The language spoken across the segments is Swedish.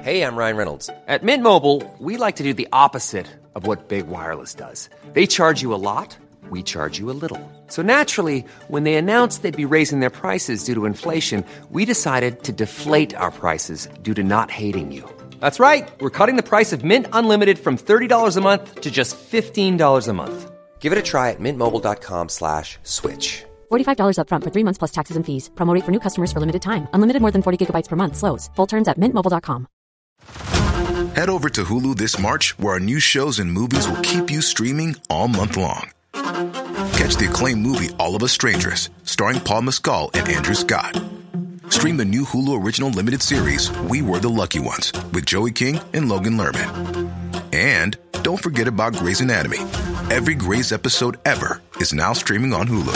Hey, I'm Ryan Reynolds. At Mint Mobile, we like to do the opposite of what Big Wireless does. They charge you a lot, we charge you a little. So naturally, when they announced they'd be raising their prices due to inflation, we decided to deflate our prices due to not hating you. That's right. We're cutting the price of Mint Unlimited from $30 a month to just $15 a month. Give it a try at mintmobile.com/switch. $45 up front for 3 months plus taxes and fees. Promo rate for new customers for limited time. Unlimited more than 40 gigabytes per month. Slows full terms at mintmobile.com. Head over to Hulu this March, where our new shows and movies will keep you streaming all month long. Catch the acclaimed movie All of Us Strangers, starring Paul Mescal and Andrew Scott. Stream the new Hulu original limited series We Were the Lucky Ones with Joey King and Logan Lerman. And don't forget about Grey's Anatomy. Every Grey's episode ever is now streaming on Hulu.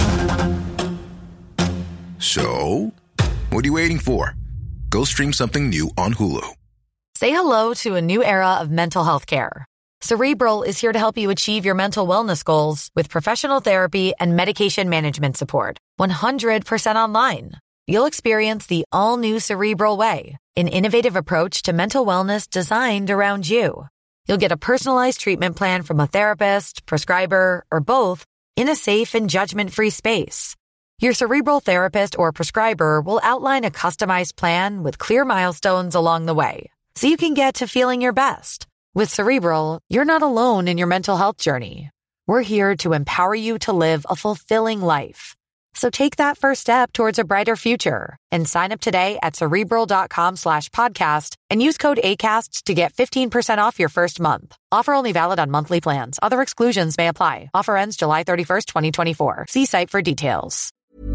So, what are you waiting for? Go stream something new on Hulu. Say hello to a new era of mental health care. Cerebral is here to help you achieve your mental wellness goals with professional therapy and medication management support. 100% online. You'll experience the all-new Cerebral Way, an innovative approach to mental wellness designed around you. You'll get a personalized treatment plan from a therapist, prescriber, or both in a safe and judgment-free space. Your Cerebral therapist or prescriber will outline a customized plan with clear milestones along the way, so you can get to feeling your best. With Cerebral, you're not alone in your mental health journey. We're here to empower you to live a fulfilling life. So take that first step towards a brighter future and sign up today at Cerebral.com/podcast and use code ACAST to get 15% off your first month. Offer only valid on monthly plans. Other exclusions may apply. Offer ends July 31st, 2024. See site for details.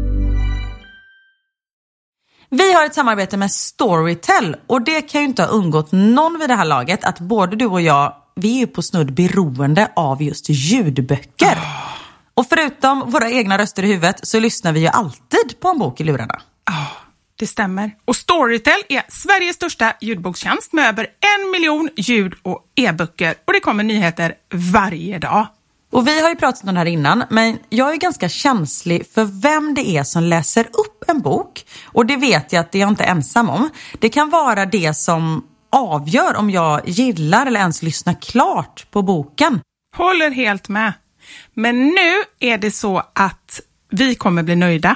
Vi har ett samarbete med Storytel och det kan ju inte ha undgått någon vid det här laget att både du och jag, vi är ju på snudd beroende av just ljudböcker. Och förutom våra egna röster i huvudet så lyssnar vi ju alltid på en bok i lurarna. Ja, det stämmer. Och Storytel är Sveriges största ljudbokstjänst med över 1 miljon ljud- och e-böcker. Och det kommer nyheter varje dag. Och vi har ju pratat om den här innan, men jag är ganska känslig för vem det är som läser upp en bok. Och det vet jag att det är jag inte ensam om. Det kan vara det som avgör om jag gillar eller ens lyssnar klart på boken. Håller helt med. Men nu är det så att vi kommer bli nöjda.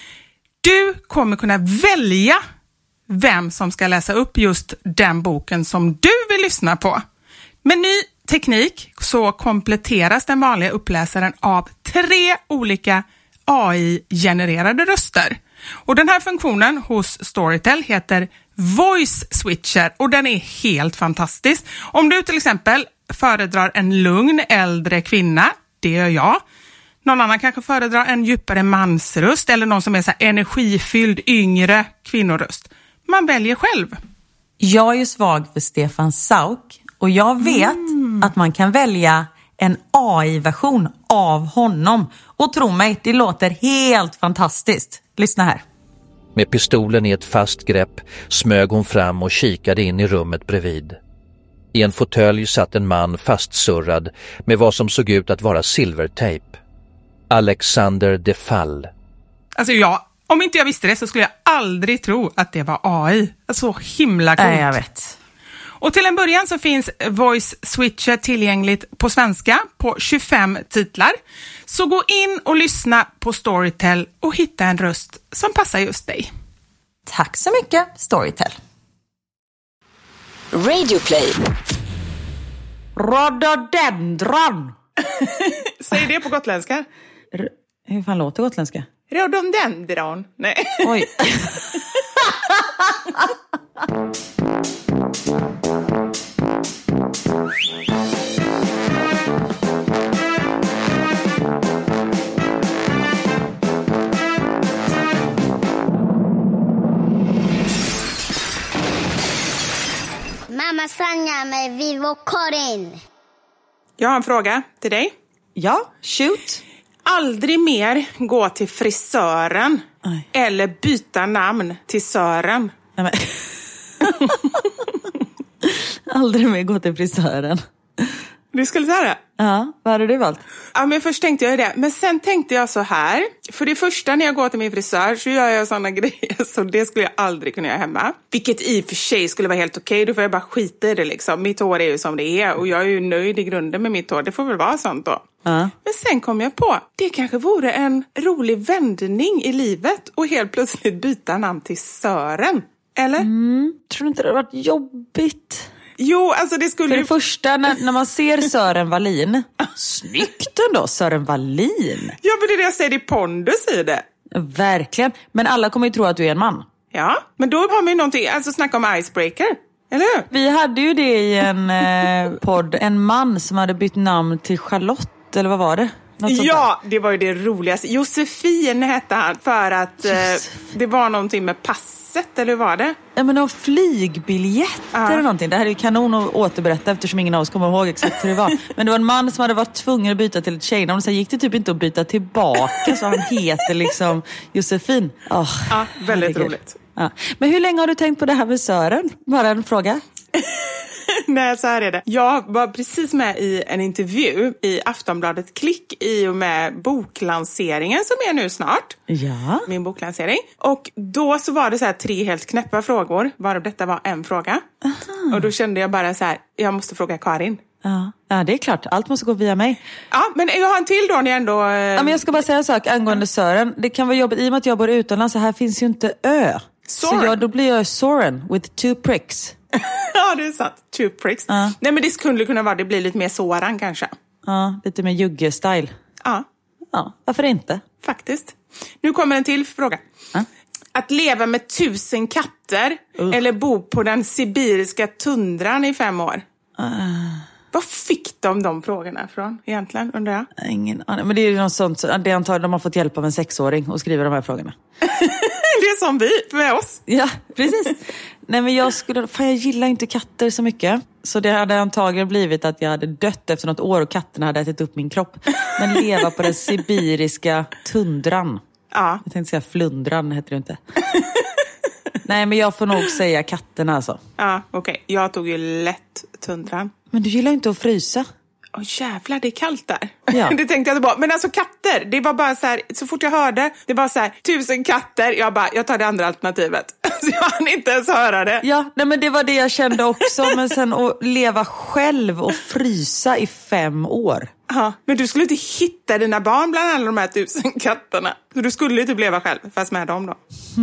Du kommer kunna välja vem som ska läsa upp just den boken som du vill lyssna på. Med ny teknik så kompletteras den vanliga uppläsaren av 3 olika AI-genererade röster. Och den här funktionen hos Storytel heter Voice Switcher och den är helt fantastisk. Om du till exempel föredrar en lugn äldre kvinna, det gör jag. Någon annan kanske föredrar en djupare mansröst eller någon som är så här energifylld yngre kvinnoröst. Man väljer själv. Jag är ju svag för Stefan Sauk och jag vet att man kan välja en AI-version av honom. Och tro mig, det låter helt fantastiskt. Lyssna här. Med pistolen i ett fast grepp smög hon fram och kikade in i rummet bredvid. I en fåtölj satt en man fastsurrad med vad som såg ut att vara silvertejp. Alexander de Fall. Alltså om inte jag visste det så skulle jag aldrig tro att det var AI. Så himla coolt. Jag vet. Och till en början så finns Voice Switcher tillgängligt på svenska på 25 titlar. Så gå in och lyssna på Storytel och hitta en röst som passar just dig. Tack så mycket, Storytel. Radioplay. Rhododendron. Säg det på gotländska. Hur fan låter gotländska? Rhododendron. Nej. Oj. Mamma Sanja med Vivo Karin. Jag har en fråga till dig. Ja, shoot. Aldrig mer gå till frisören. Aj. Eller byta namn till Sören. Nej, men. Aldrig mer gå till frisören. Du skulle säga det? Ja, vad hade du valt? Ja, men först tänkte jag det. Men sen tänkte jag så här. För det första, när jag går till min frisör så gör jag sådana grejer så det skulle jag aldrig kunna göra hemma. Vilket i och för sig skulle vara helt okej. Då får jag bara skita i det liksom. Mitt hår är ju som det är och jag är ju nöjd i grunden med mitt hår. Det får väl vara sånt då. Men sen kom jag på, det kanske vore en rolig vändning i livet och helt plötsligt byta namn till Sören. Eller? Tror du inte det hade varit jobbigt? Jo, alltså det skulle... För det första, när man ser Sören Wallin, snyggt ändå, Sören Wallin. Ja, men det är det jag säger, det är pondus i det. Verkligen, men alla kommer ju tro att du är en man. Ja, men då har man ju någonting, alltså snacka om icebreaker, eller hur? Vi hade ju det i en podd, en man som hade bytt namn till Charlotte, eller vad var det? Ja, det var ju det roligaste. Josefin hette han för att det var någonting med passet, eller hur var det? Ja, men någon flygbiljett eller någonting. Det här är ju kanon att återberätta eftersom ingen av oss kommer ihåg exakt hur det var. Men det var en man som hade varit tvungen att byta till ett tjejnamn och sen gick det typ inte att byta tillbaka så han heter liksom Josefin. Ja, väldigt roligt. Ja. Men hur länge har du tänkt på det här med Sören? Bara en fråga. Nej, så här är det. Jag var precis med i en intervju i Aftonbladet Klick i och med boklanseringen som är nu snart. Ja. Min boklansering. Och då så var det så här 3 helt knäppa frågor. Varav detta var en fråga. Aha. Och då kände jag bara så här, jag måste fråga Karin. Ja, det är klart. Allt måste gå via mig. Ja, men jag har en till då när jag ändå... Ja, men jag ska bara säga en sak angående Sören. Det kan vara jobbigt i och med att jag bor utomlands så här finns ju inte ö. Soren. Så då blir jag Soren with 2 pricks. Ja, det är sant. 2 pricks. Nej, men det skulle kunna vara, det blir lite mer Soran kanske. Ja, lite mer jugge-style. Ja. Ja, varför inte? Faktiskt. Nu kommer en till fråga. Att leva med 1000 katter eller bo på den sibiriska tundran i 5 år. Vad fick de frågorna från egentligen, undrar jag? Ingen aning, men det är ju något sånt. Det är antagligen de har fått hjälp av en 6-åring att skriva de här frågorna. Det är som vi, med oss. Ja, precis. Nej, men jag gillar inte katter så mycket. Så det hade antagligen blivit att jag hade dött efter något år och katterna hade ätit upp min kropp. Men leva på den sibiriska tundran. Ja. Jag tänkte säga flundran, heter det inte. Nej, men jag får nog säga katterna alltså. Ja, okej. Jag tog ju lätt tundran. Men du gillar inte att frysa. Jävlar, det är kallt där. Ja. Det tänkte jag inte på. Men alltså katter, det var bara så här, så fort jag hörde, det var så här, 1000 katter, jag tar det andra alternativet. Så jag hann inte ens höra det. Ja, nej, men det var det jag kände också. Men sen att leva själv och frysa i 5 år. Ja, men du skulle inte hitta dina barn bland alla de här 1000 katterna. Så du skulle ju typ leva själv, fast med dem då.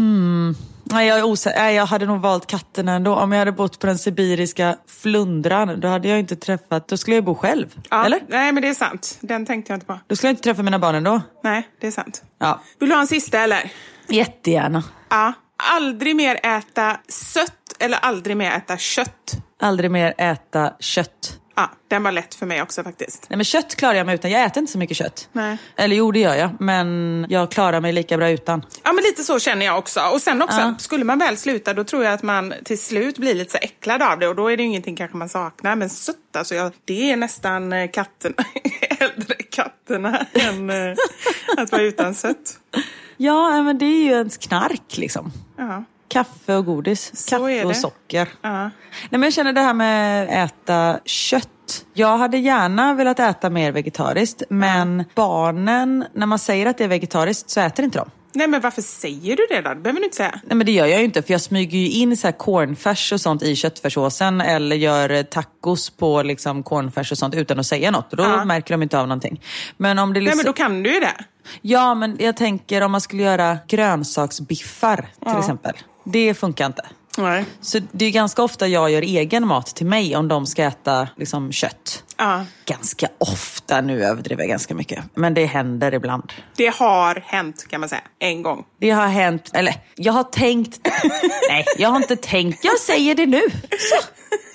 Nej, jag är osäker. Nej, jag hade nog valt katterna ändå. Om jag hade bott på den sibiriska flundran, då hade jag inte träffat... Då skulle jag bo själv, ja, eller? Nej, men det är sant. Den tänkte jag inte på. Då skulle jag inte träffa mina barn ändå. Nej, det är sant. Ja. Vill du ha en sista, eller? Jättegärna. Ja. Aldrig mer äta sött eller aldrig mer äta kött? Aldrig mer äta kött. Ja, den var lätt för mig också faktiskt. Nej, men kött klarar jag mig utan. Jag äter inte så mycket kött. Nej. Eller jo, det gör jag. Men jag klarar mig lika bra utan. Ja, men lite så känner jag också. Och sen också, skulle man väl sluta, då tror jag att man till slut blir lite så äcklad av det. Och då är det ingenting kanske man saknar. Men sött, alltså, det är nästan katterna, äldre katterna än att vara utan sött. Ja, men det är ju ens knark liksom. Ja. Kaffe och godis. Så Kaffe och socker. Ja. Nej, men jag känner det här med att äta kött. Jag hade gärna velat äta mer vegetariskt. Men barnen, när man säger att det är vegetariskt så äter inte de. Nej, men varför säger du det då? Det behöver du inte säga. Nej, men det gör jag ju inte. För jag smyger ju in så här cornfärs och sånt i köttfärssåsen. Eller gör tacos på liksom cornfärs och sånt utan att säga något. Och då märker de inte av någonting. Men om det liksom... Nej, men då kan du ju det. Ja, men jag tänker om man skulle göra grönsaksbiffar till exempel. Det funkar inte. Nej. Så det är ganska ofta jag gör egen mat till mig om de ska äta liksom kött. Ja. Ganska ofta, nu överdriver jag ganska mycket. Men det händer ibland. Det har hänt, kan man säga, en gång. Det har hänt, eller jag har tänkt. Nej, jag har inte tänkt, jag säger det nu. Så.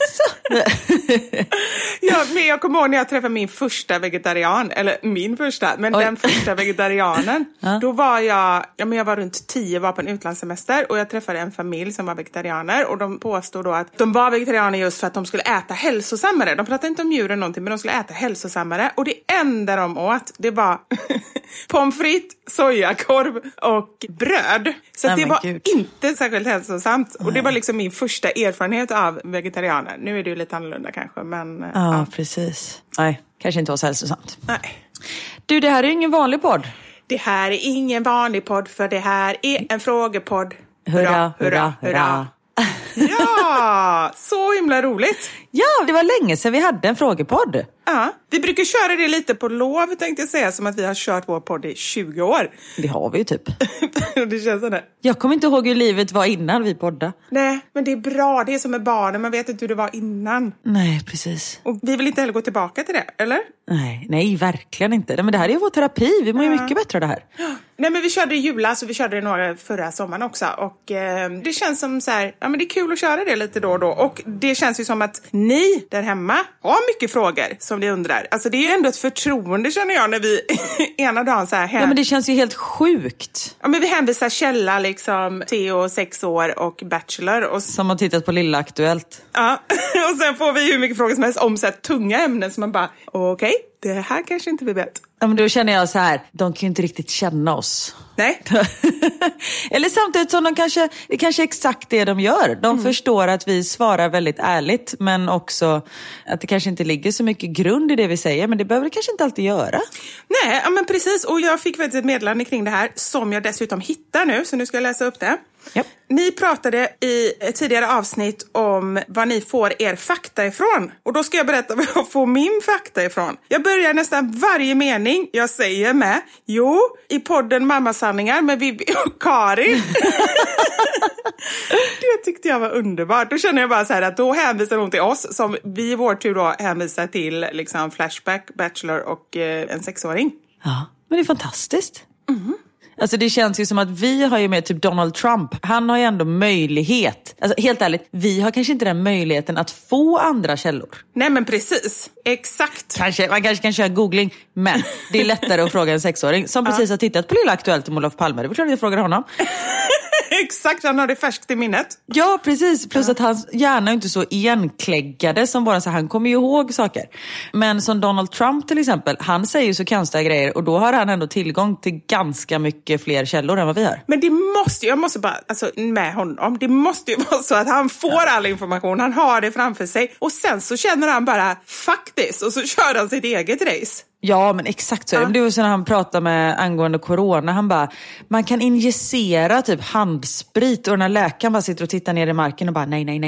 Ja, men jag kommer ihåg när jag träffade min första vegetarian. Eller min första, men den första vegetarianen. Då var jag var runt 10, var på en utlandssemester. Och jag träffade en familj som var vegetarianer. Och de påstod då att de var vegetarianer just för att de skulle äta hälsosammare. De pratade inte om djuren någonting, men de skulle äta hälsosammare. Och det enda de åt, det var pommes frites, sojakorv och bröd. Så att det var inte särskilt hälsosamt. Och det var liksom min första erfarenhet av vegetarianer. Nu är det ju lite annorlunda kanske, men... Ja, precis. Nej, kanske inte var så hälsosamt. Nej. Du, det här är ingen vanlig podd. Det här är ingen vanlig podd, för det här är en frågepodd. Hurra, hurra, hurra. Ja, så himla roligt. Ja, det var länge sedan vi hade en frågepodd. Ja, vi brukar köra det lite på lov, tänkte jag säga, som att vi har kört vår podd i 20 år. Det har vi ju typ. Det känns så där. Jag kommer inte ihåg hur livet var innan vi poddade. Nej, men det är bra. Det är som med barnen, man vet inte hur det var innan. Nej, precis. Och vi vill inte heller gå tillbaka till det, eller? Nej, verkligen inte. Men det här är ju vår terapi, vi mår ju mycket bättre av det här. Nej, men vi körde i julas och vi körde det några förra sommaren också. Och det känns som så här, ja men det är kul att köra det lite då och då. Och det känns ju som att ni där hemma har mycket frågor som ni undrar. Alltså det är ju ändå ett förtroende, känner jag, när vi ena dagen så här... Ja, men det känns ju helt sjukt. Ja, men vi hänvisar källa liksom, Theo 6 år och Bachelor. Och... Som har tittat på Lilla Aktuellt. Ja, och sen får vi hur mycket frågor som helst om så här tunga ämnen som man bara, okej, det här kanske inte vi vet. Ja, men då känner jag så här, de kan ju inte riktigt känna oss. Nej. Eller samtidigt som det kanske är exakt det de gör. De förstår att vi svarar väldigt ärligt, men också att det kanske inte ligger så mycket grund i det vi säger, men det behöver det kanske inte alltid göra. Nej, ja, men precis. Och jag fick faktiskt ett meddelande kring det här som jag dessutom hittar nu, så nu ska jag läsa upp det. Yep. Ni pratade i ett tidigare avsnitt om vad ni får er fakta ifrån. Och då ska jag berätta var jag får min fakta ifrån. Jag börjar nästan varje mening jag säger med: jo, i podden Mammasanningar med Vivi och Karin. Det tyckte jag var underbart. Då känner jag bara så här att då hänvisar hon till oss, som vi i vår tur då hänvisar till liksom Flashback, Bachelor och en 6-åring. Ja, men det är fantastiskt. Alltså det känns ju som att vi har ju med typ Donald Trump. Han har ju ändå möjlighet. Alltså helt ärligt, vi har kanske inte den möjligheten att få andra källor. Nej, men precis. Exakt. Man kanske kan köra googling, men det är lättare att fråga en 6-åring som precis har tittat på Lilla Aktuellt om Olof Palme. Det var klart att jag frågade honom. Exakt, han har det färskt i minnet. Ja, precis. Plus att hans hjärna är inte så igenkläggade som bara så han kommer ju ihåg saker. Men som Donald Trump till exempel, han säger ju så konstiga grejer och då har han ändå tillgång till ganska mycket fler källor än vad vi har. Men det måste, jag måste bara, alltså med honom, det måste ju vara så att han får all information, han har det framför sig och sen så känner han bara faktiskt och så kör han sitt eget race. Ja, men exakt så är det. Men det var så när han pratade med angående corona. Han bara, man kan injicera typ handsprit. Och den här läkaren bara sitter och tittar ner i marken och bara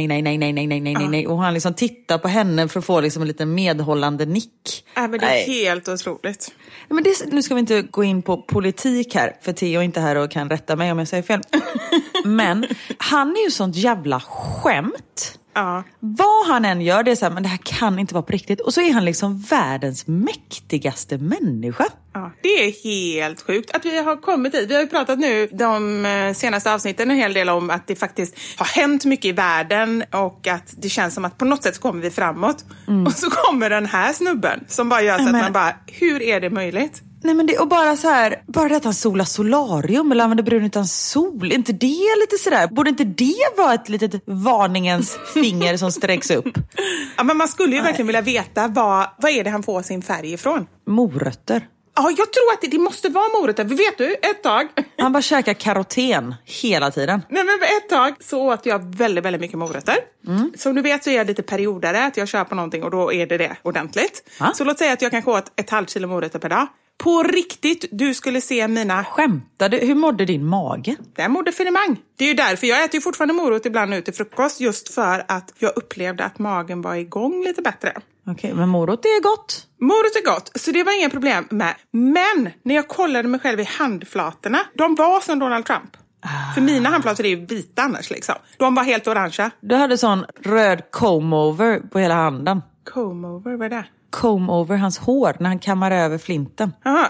nej. Och han liksom tittar på henne för att få liksom en liten medhållande nick. Men det är helt otroligt. Men nu ska vi inte gå in på politik här. För Theo är inte här och kan rätta mig om jag säger fel. Men han är ju sånt jävla skämt. Ja. Vad han än gör, det är så här, men det här kan inte vara på riktigt. Och så är han liksom världens mäktigaste människa. Ja, det är helt sjukt att vi har kommit hit. Vi har ju pratat nu de senaste avsnitten en hel del om att det faktiskt har hänt mycket i världen och att det känns som att på något sätt så kommer vi framåt. Och så kommer den här snubben som bara gör så att man bara, hur är det möjligt? Nej, men det, och bara så här, bara det att han solar solarium eller använder brun utan sol, inte det lite sådär? Borde inte det vara ett litet varningens finger som sträcks upp? Ja, men man skulle ju verkligen vilja veta vad är det han får sin färg ifrån? Morötter. Ja, jag tror att det måste vara morötter. Vet du, ett tag... Han bara käkar karoten hela tiden. Nej, men ett tag så åt jag väldigt, väldigt mycket morötter. Som du vet så är jag lite periodare att jag köper någonting och då är det ordentligt. Så låt säga att jag kanske åt 1,5 kilo morötter per dag. På riktigt, du skulle se mina... Skämtar du? Hur mådde din mage? Den mådde finemang. Det är ju därför jag äter ju fortfarande morot ibland nu till frukost. Just för att jag upplevde att magen var igång lite bättre. Okej, men morot är gott. Morot är gott, så det var inga problem med. Men när jag kollade mig själv i handflatorna, de var som Donald Trump. För mina handflator är ju vita annars liksom. De var helt orangea. Du hade sån röd comb-over på hela handen. Comb-over, vad är det? Comb-over hans hår när han kammar över flinten. Aha.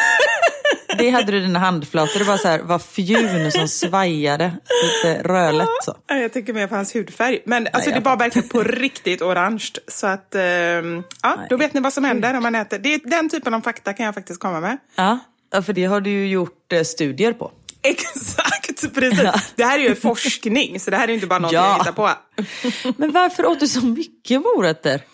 Det hade du dina handflator. Det var så här, var fjun som svajade. Lite rödlätt så. Jag tycker mer på hans hudfärg. Men alltså, det var verkligen på riktigt orange. Så att, då vet ni vad som händer om man äter. Det är den typen av fakta kan jag faktiskt komma med. Ja, för det har du ju gjort studier på. Exakt, precis. Ja. Det här är ju forskning, så det här är inte bara något jag hittar på. Men varför åt du så mycket morötter? Nej,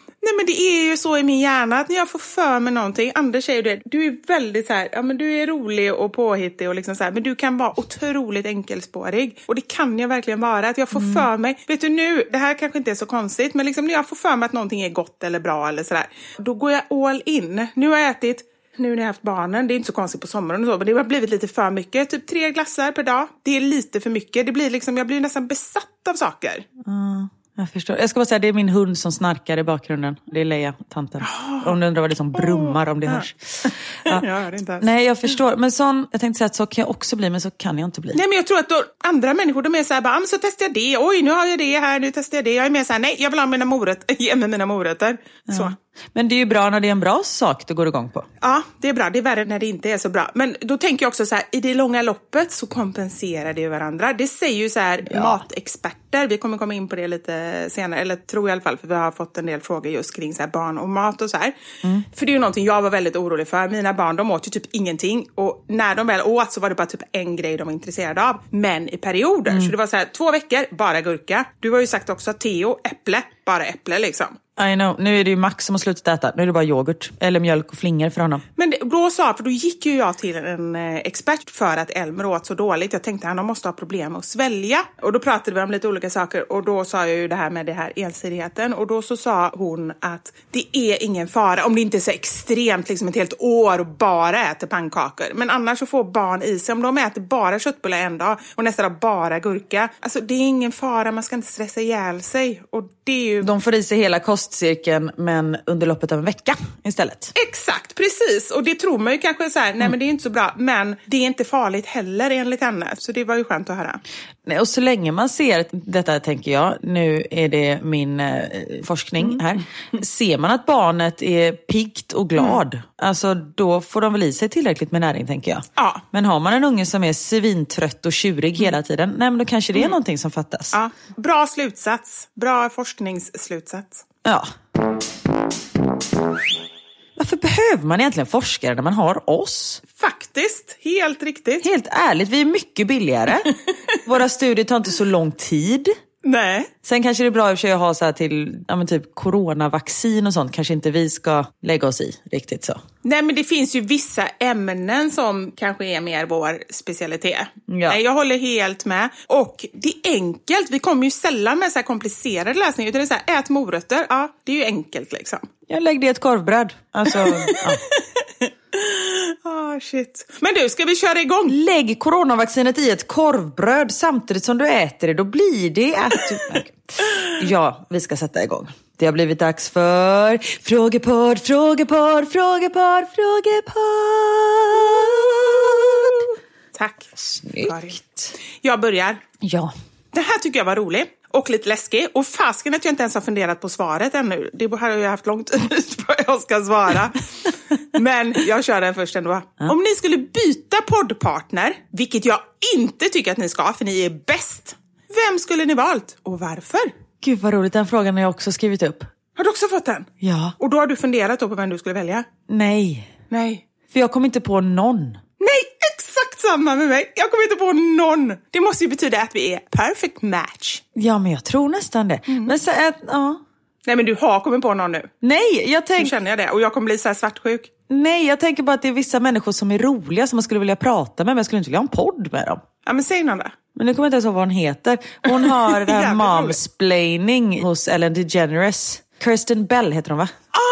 men det är ju så i min hjärna att när jag får för mig någonting, Anders säger det, du är väldigt så här, ja men du är rolig och påhittig och liksom så här, men du kan vara otroligt enkelspårig. Och det kan jag verkligen vara, att jag får för mig, vet du nu, det här kanske inte är så konstigt, men liksom när jag får för mig att någonting är gott eller bra eller sådär, då går jag all in. Nu har jag ätit, nu när jag har haft barnen, det är inte så konstigt på sommaren och så, men det har blivit lite för mycket. Typ 3 glassar per dag, det är lite för mycket. Det blir liksom, jag blir nästan besatt av saker. Jag förstår. Jag ska bara säga, det är min hund som snarkar i bakgrunden. Det är Leia, tanten. Om du undrar vad det som brummar, om det hörs. Ja. Ja, det är inte alls. Nej, jag förstår. Men jag tänkte säga att så kan jag också bli, men så kan jag inte bli. Nej, men jag tror att då, andra människor, de är så här, bara, så testar jag det. Oj, nu har jag det här, nu testar jag det. Jag är mer så här, nej, jag vill ha mina morötter. Ge mig mina morötter. Ja. Så. Men det är ju bra när det är en bra sak du går igång på. Ja, det är bra. Det är värre när det inte är så bra. Men då tänker jag också så här, i det långa loppet så kompenserar det ju varandra. Det säger ju så här matexperter. Vi kommer komma in på det lite senare, eller tror i alla fall, för vi har fått en del frågor just kring så här barn och mat och så här. För det är ju någonting jag var väldigt orolig för. Mina barn, de åt ju typ ingenting. Och när de väl åt så var det bara typ en grej de var intresserade av. Men i perioder. Så det var så här, 2 veckor, bara gurka. Du har ju sagt också att Theo, äpple, bara äpple liksom. I know. Nu är det ju Max som har slutat äta. Nu är det bara yoghurt eller mjölk och flingor för honom. Men då gick ju jag till en expert för att Elmer åt så dåligt. Jag tänkte att han måste ha problem att svälja. Och då pratade vi om lite olika saker. Och då sa jag ju det här med det här ensidigheten. Och då så sa hon att det är ingen fara om det inte är så extremt liksom ett helt år och bara äter pannkakor. Men annars så får barn i sig, om de äter bara köttbullar en dag och nästa dag bara gurka. Alltså det är ingen fara, man ska inte stressa ihjäl sig. Och det är ju... De får i sig hela kostcirkeln, men under loppet av en vecka istället. Exakt, precis. Och det tror man ju kanske så här, nej men det är inte så bra. Men det är inte farligt heller enligt henne. Så det var ju skönt att höra. Nej, och så länge man ser detta, tänker jag, nu är det min forskning här. Ser man att barnet är piggt och glad, alltså då får de väl i sig tillräckligt med näring, tänker jag. Ja. Men har man en unge som är svintrött och tjurig hela tiden, nej men då kanske det är någonting som fattas. Ja. Bra slutsats. Bra forskningsslutsats. Ja. Varför behöver man egentligen forskare när man har oss? Faktiskt, helt riktigt. Helt ärligt, vi är mycket billigare. Våra studier tar inte så lång tid. Nej. Sen kanske det är bra i och för sig att ha så här till typ coronavaccin och sånt. Kanske inte vi ska lägga oss i riktigt så. Nej, men det finns ju vissa ämnen som kanske är mer vår specialitet. Ja. Nej, jag håller helt med. Och det är enkelt. Vi kommer ju sällan med så här komplicerade läsningar. Utan det är så här, ät morötter. Ja, det är ju enkelt liksom. Jag lägger det i ett korvbröd. Alltså, ja. Shit. Men du, ska vi köra igång? Lägg coronavaccinet i ett korvbröd samtidigt som du äter det. Då blir det att... Ja, vi ska sätta igång. Det har blivit dags för frågepodd. Tack. Snyggt. Jag börjar. Ja. Det här tycker jag var roligt. Och lite läskig. Och fasken att jag inte ens har funderat på svaret ännu. Det har jag haft långt tid på att jag ska svara. Men jag kör den först ändå. Om ni skulle byta poddpartner, vilket jag inte tycker att ni ska, för ni är bäst. Vem skulle ni valt? Och varför? Gud vad roligt, den frågan har jag också skrivit upp. Har du också fått den? Ja. Och då har du funderat på vem du skulle välja? Nej. För jag kom inte på någon. Nej, exakt samma med mig. Jag kommer inte på någon. Det måste ju betyda att vi är perfect match. Ja, men jag tror nästan det. Men så att, ja. Nej, men du har kommit på någon nu. Nej, jag Nu tänker... känner jag det. Och jag kommer bli så här svartsjuk. Nej, jag tänker bara att det är vissa människor som är roliga som man skulle vilja prata med, men jag skulle inte vilja ha en podd med dem. Ja, men säg någon där. Men nu kommer jag inte ens ihåg vad hon heter. Hon har det här momsplaining hos Ellen DeGeneres. Kirsten Bell heter hon, va?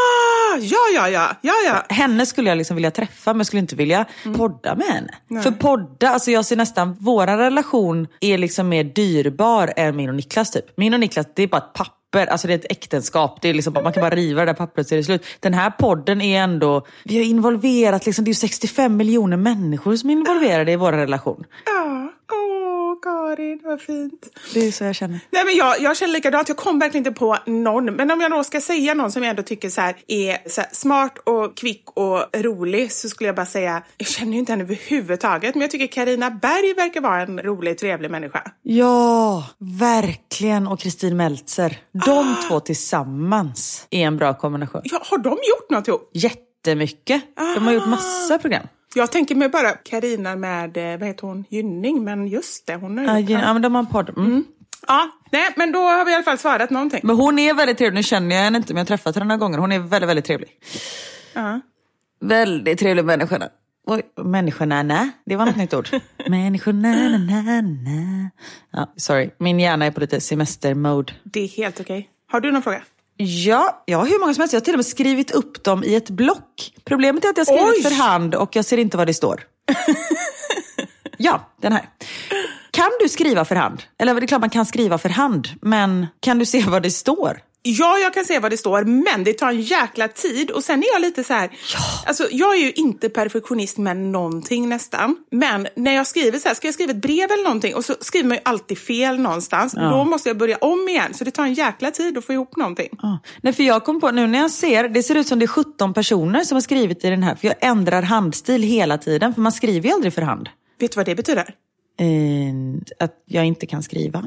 Ja. Henne skulle jag liksom vilja träffa, men jag skulle inte vilja podda med henne. Nej. För podda, alltså jag ser nästan, våra relation är liksom mer dyrbar än min och Niklas typ. Min och Niklas, det är bara ett papper, alltså det är ett äktenskap. Det är liksom, man kan bara riva det där pappret så är det slut. Den här podden är ändå, vi har involverat liksom, det är ju 65 miljoner människor som är involverade i vår relation. Ja, Karin, vad fint. Det är så jag känner. Nej, men jag känner likadant. Jag kom verkligen inte på någon. Men om jag då ska säga någon som jag ändå tycker så här är så här smart och kvick och rolig, så skulle jag bara säga, jag känner ju inte henne överhuvudtaget, men jag tycker Carina Berg verkar vara en rolig, trevlig människa. Ja, verkligen. Och Kristin Meltzer. De två tillsammans är en bra kombination. Ja, har de gjort något ihop? Jättemycket. De har gjort massa program. Jag tänker mig bara Carina med, vad heter hon, Gynning, men just det, hon har gjort ja, men de har en podd. Ja, nej, men då har vi i alla fall svarat någonting. Men hon är väldigt trevlig. Nu känner jag henne inte, men jag har träffat henne några gånger. Hon är väldigt, väldigt trevlig. Väldigt trevlig människa. Oj, människorna, det var något nytt ord. Människorna. Ja, sorry, min hjärna är på lite semestermode. Det är helt okej. Har du någon fråga? Ja, hur många som helst. Jag har till och med skrivit upp dem i ett block. Problemet är att jag har skrivit för hand och jag ser inte vad det står. Ja, den här. Kan du skriva för hand? Eller det är klart man kan skriva för hand, men kan du se vad det står? Ja, jag kan se vad det står, men det tar en jäkla tid. Och sen är jag lite så här... Ja. Alltså, jag är ju inte perfektionist med någonting nästan. Men när jag skriver så här, ska jag skriva ett brev eller någonting? Och så skriver man ju alltid fel någonstans. Ja. Då måste jag börja om igen. Så det tar en jäkla tid att få ihop någonting. Ja. Nej, för jag kom på nu när jag ser... Det ser ut som det är 17 personer som har skrivit i den här. För jag ändrar handstil hela tiden. För man skriver ju aldrig för hand. Vet du vad det betyder? Att jag inte kan skriva.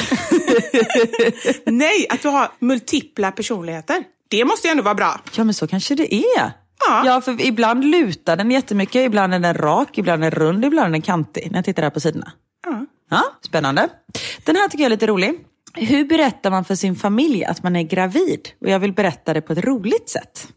Nej, att du har multipla personligheter. Det måste ju ändå vara bra. Ja, men så kanske det är. Ja, för ibland lutar den jättemycket. Ibland är den rak, ibland är den rund, ibland är den kantig. När jag tittar här på sidorna. Ja, spännande. Den här tycker jag är lite rolig. Hur berättar man för sin familj att man är gravid? Och jag vill berätta det på ett roligt sätt.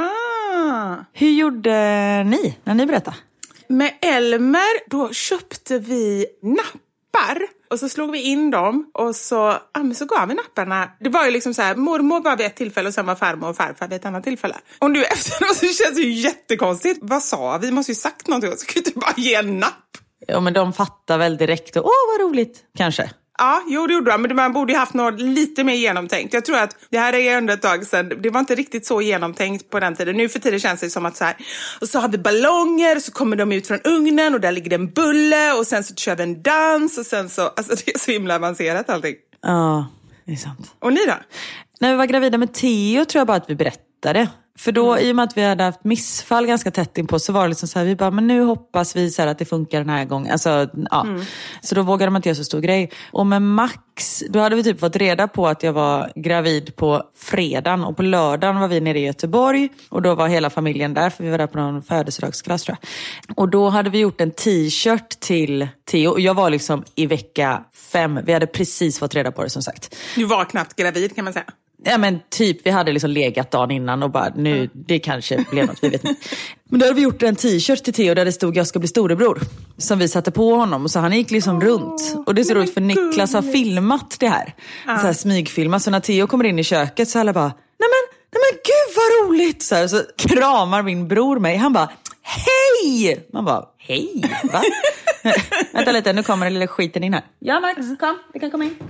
Hur gjorde ni när ni berättade? Med Elmer, då köpte vi nappar och så slog vi in dem och så gav vi napparna. Det var ju liksom så här, mormor var vid ett tillfälle och sen var farmor och farfar vid ett annat tillfälle. Och nu efteråt så känns det ju jättekonstigt. Vad sa vi? Måste ju sagt någonting, så kunde du bara ge en napp. Ja, men de fattar väl direkt och vad roligt, kanske. Ja, jo det gjorde de, men man borde ju haft något lite mer genomtänkt. Jag tror att det här är ändå ett tag sedan. Det var inte riktigt så genomtänkt på den tiden. Nu för tiden känns det som att så här, och så har vi ballonger och så kommer de ut från ugnen och där ligger det en bulle och sen så kör vi en dans och sen så, alltså det är så himla avancerat allting. Ja, det är sant. Och ni då? När vi var gravida med Theo tror jag bara att vi berättade. För då, i och med att vi hade haft missfall ganska tätt in på, så var det liksom så här, vi bara, men nu hoppas vi så här att det funkar den här gången. Alltså, ja. Så då vågade man inte göra så stor grej. Och med Max, då hade vi typ fått reda på att jag var gravid på fredagen. Och på lördagen var vi nere i Göteborg. Och då var hela familjen där, för vi var där på någon födelsedagsklass tror jag. Och då hade vi gjort en t-shirt till Theo. Och jag var liksom i vecka 5. Vi hade precis fått reda på det, som sagt. Du var knappt gravid, kan man säga. Ja, men typ, vi hade liksom legat dagen innan och bara, nu, det kanske blev något, vi vet inte. Men då hade vi gjort en t-shirt till Theo där det stod, jag ska bli storebror. Som vi satte på honom, så han gick liksom runt. Och det är så roligt, för Niklas har filmat det här. Så här smygfilmat, så när Theo kommer in i köket så alla bara, nej men gud vad roligt. Så kramar min bror mig, han bara, hej! Man bara, hej, va? Vänta lite, nu kommer den lilla skiten in här. Ja Max, kom, vi kan komma in.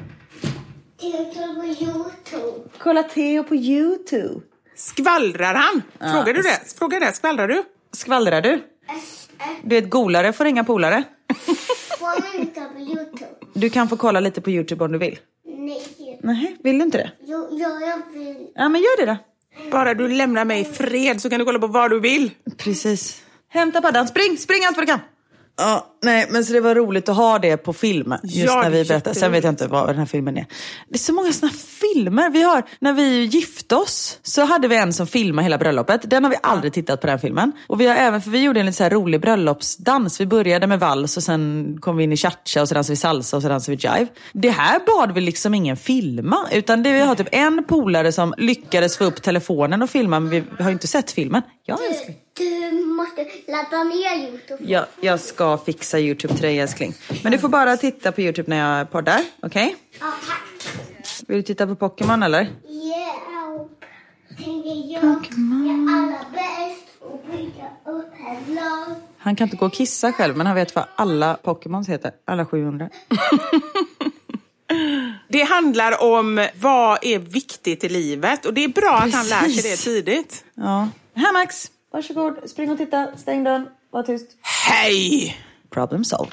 Theo på YouTube. Kolla Theo på YouTube. Skvallrar han? Frågar du det? Frågar det, skvallrar du? Skvallrar du? Du är ett golare, får inga polare. Får man inte på YouTube? Du kan få kolla lite på YouTube om du vill. Nej, vill du inte det? Jo, jag vill. Ja, men gör det då. Bara du lämnar mig i fred så kan du kolla på vad du vill. Precis. Hämta paddan, spring allt vad du kan. Ja, nej, men så det var roligt att ha det på film just när vi berättade. Sen vet jag inte vad den här filmen är. Det är så många såna filmer vi har. När vi gifte oss så hade vi en som filmade hela bröllopet. Den har vi aldrig tittat på, den filmen. Och vi har även, för vi gjorde en lite så här rolig bröllopsdans. Vi började med vals och sen kom vi in i cha-cha och så dansade vi salsa och så dansade vi jive. Det här bad vi liksom ingen filma, utan det vi har typ en polare som lyckades få upp telefonen och filma, men vi har ju inte sett filmen. Ja, älskling. Du måste ladda ner YouTube. Ja, jag ska fixa YouTube till dig, älskling. Men du får bara titta på YouTube när jag poddar, okej? Okay? Ja, tack. Vill du titta på Pokémon eller? Ja. Tänker jag är alla bäst och bygga upp en lag. Han kan inte gå och kissa själv, men han vet vad alla Pokémons heter. Alla 700. Det handlar om vad är viktigt i livet. Och det är bra att han lär sig det tidigt. Ja. Här Max, varsågod. Spring och titta. Stäng dörren. Var tyst. Hej! Problem solved.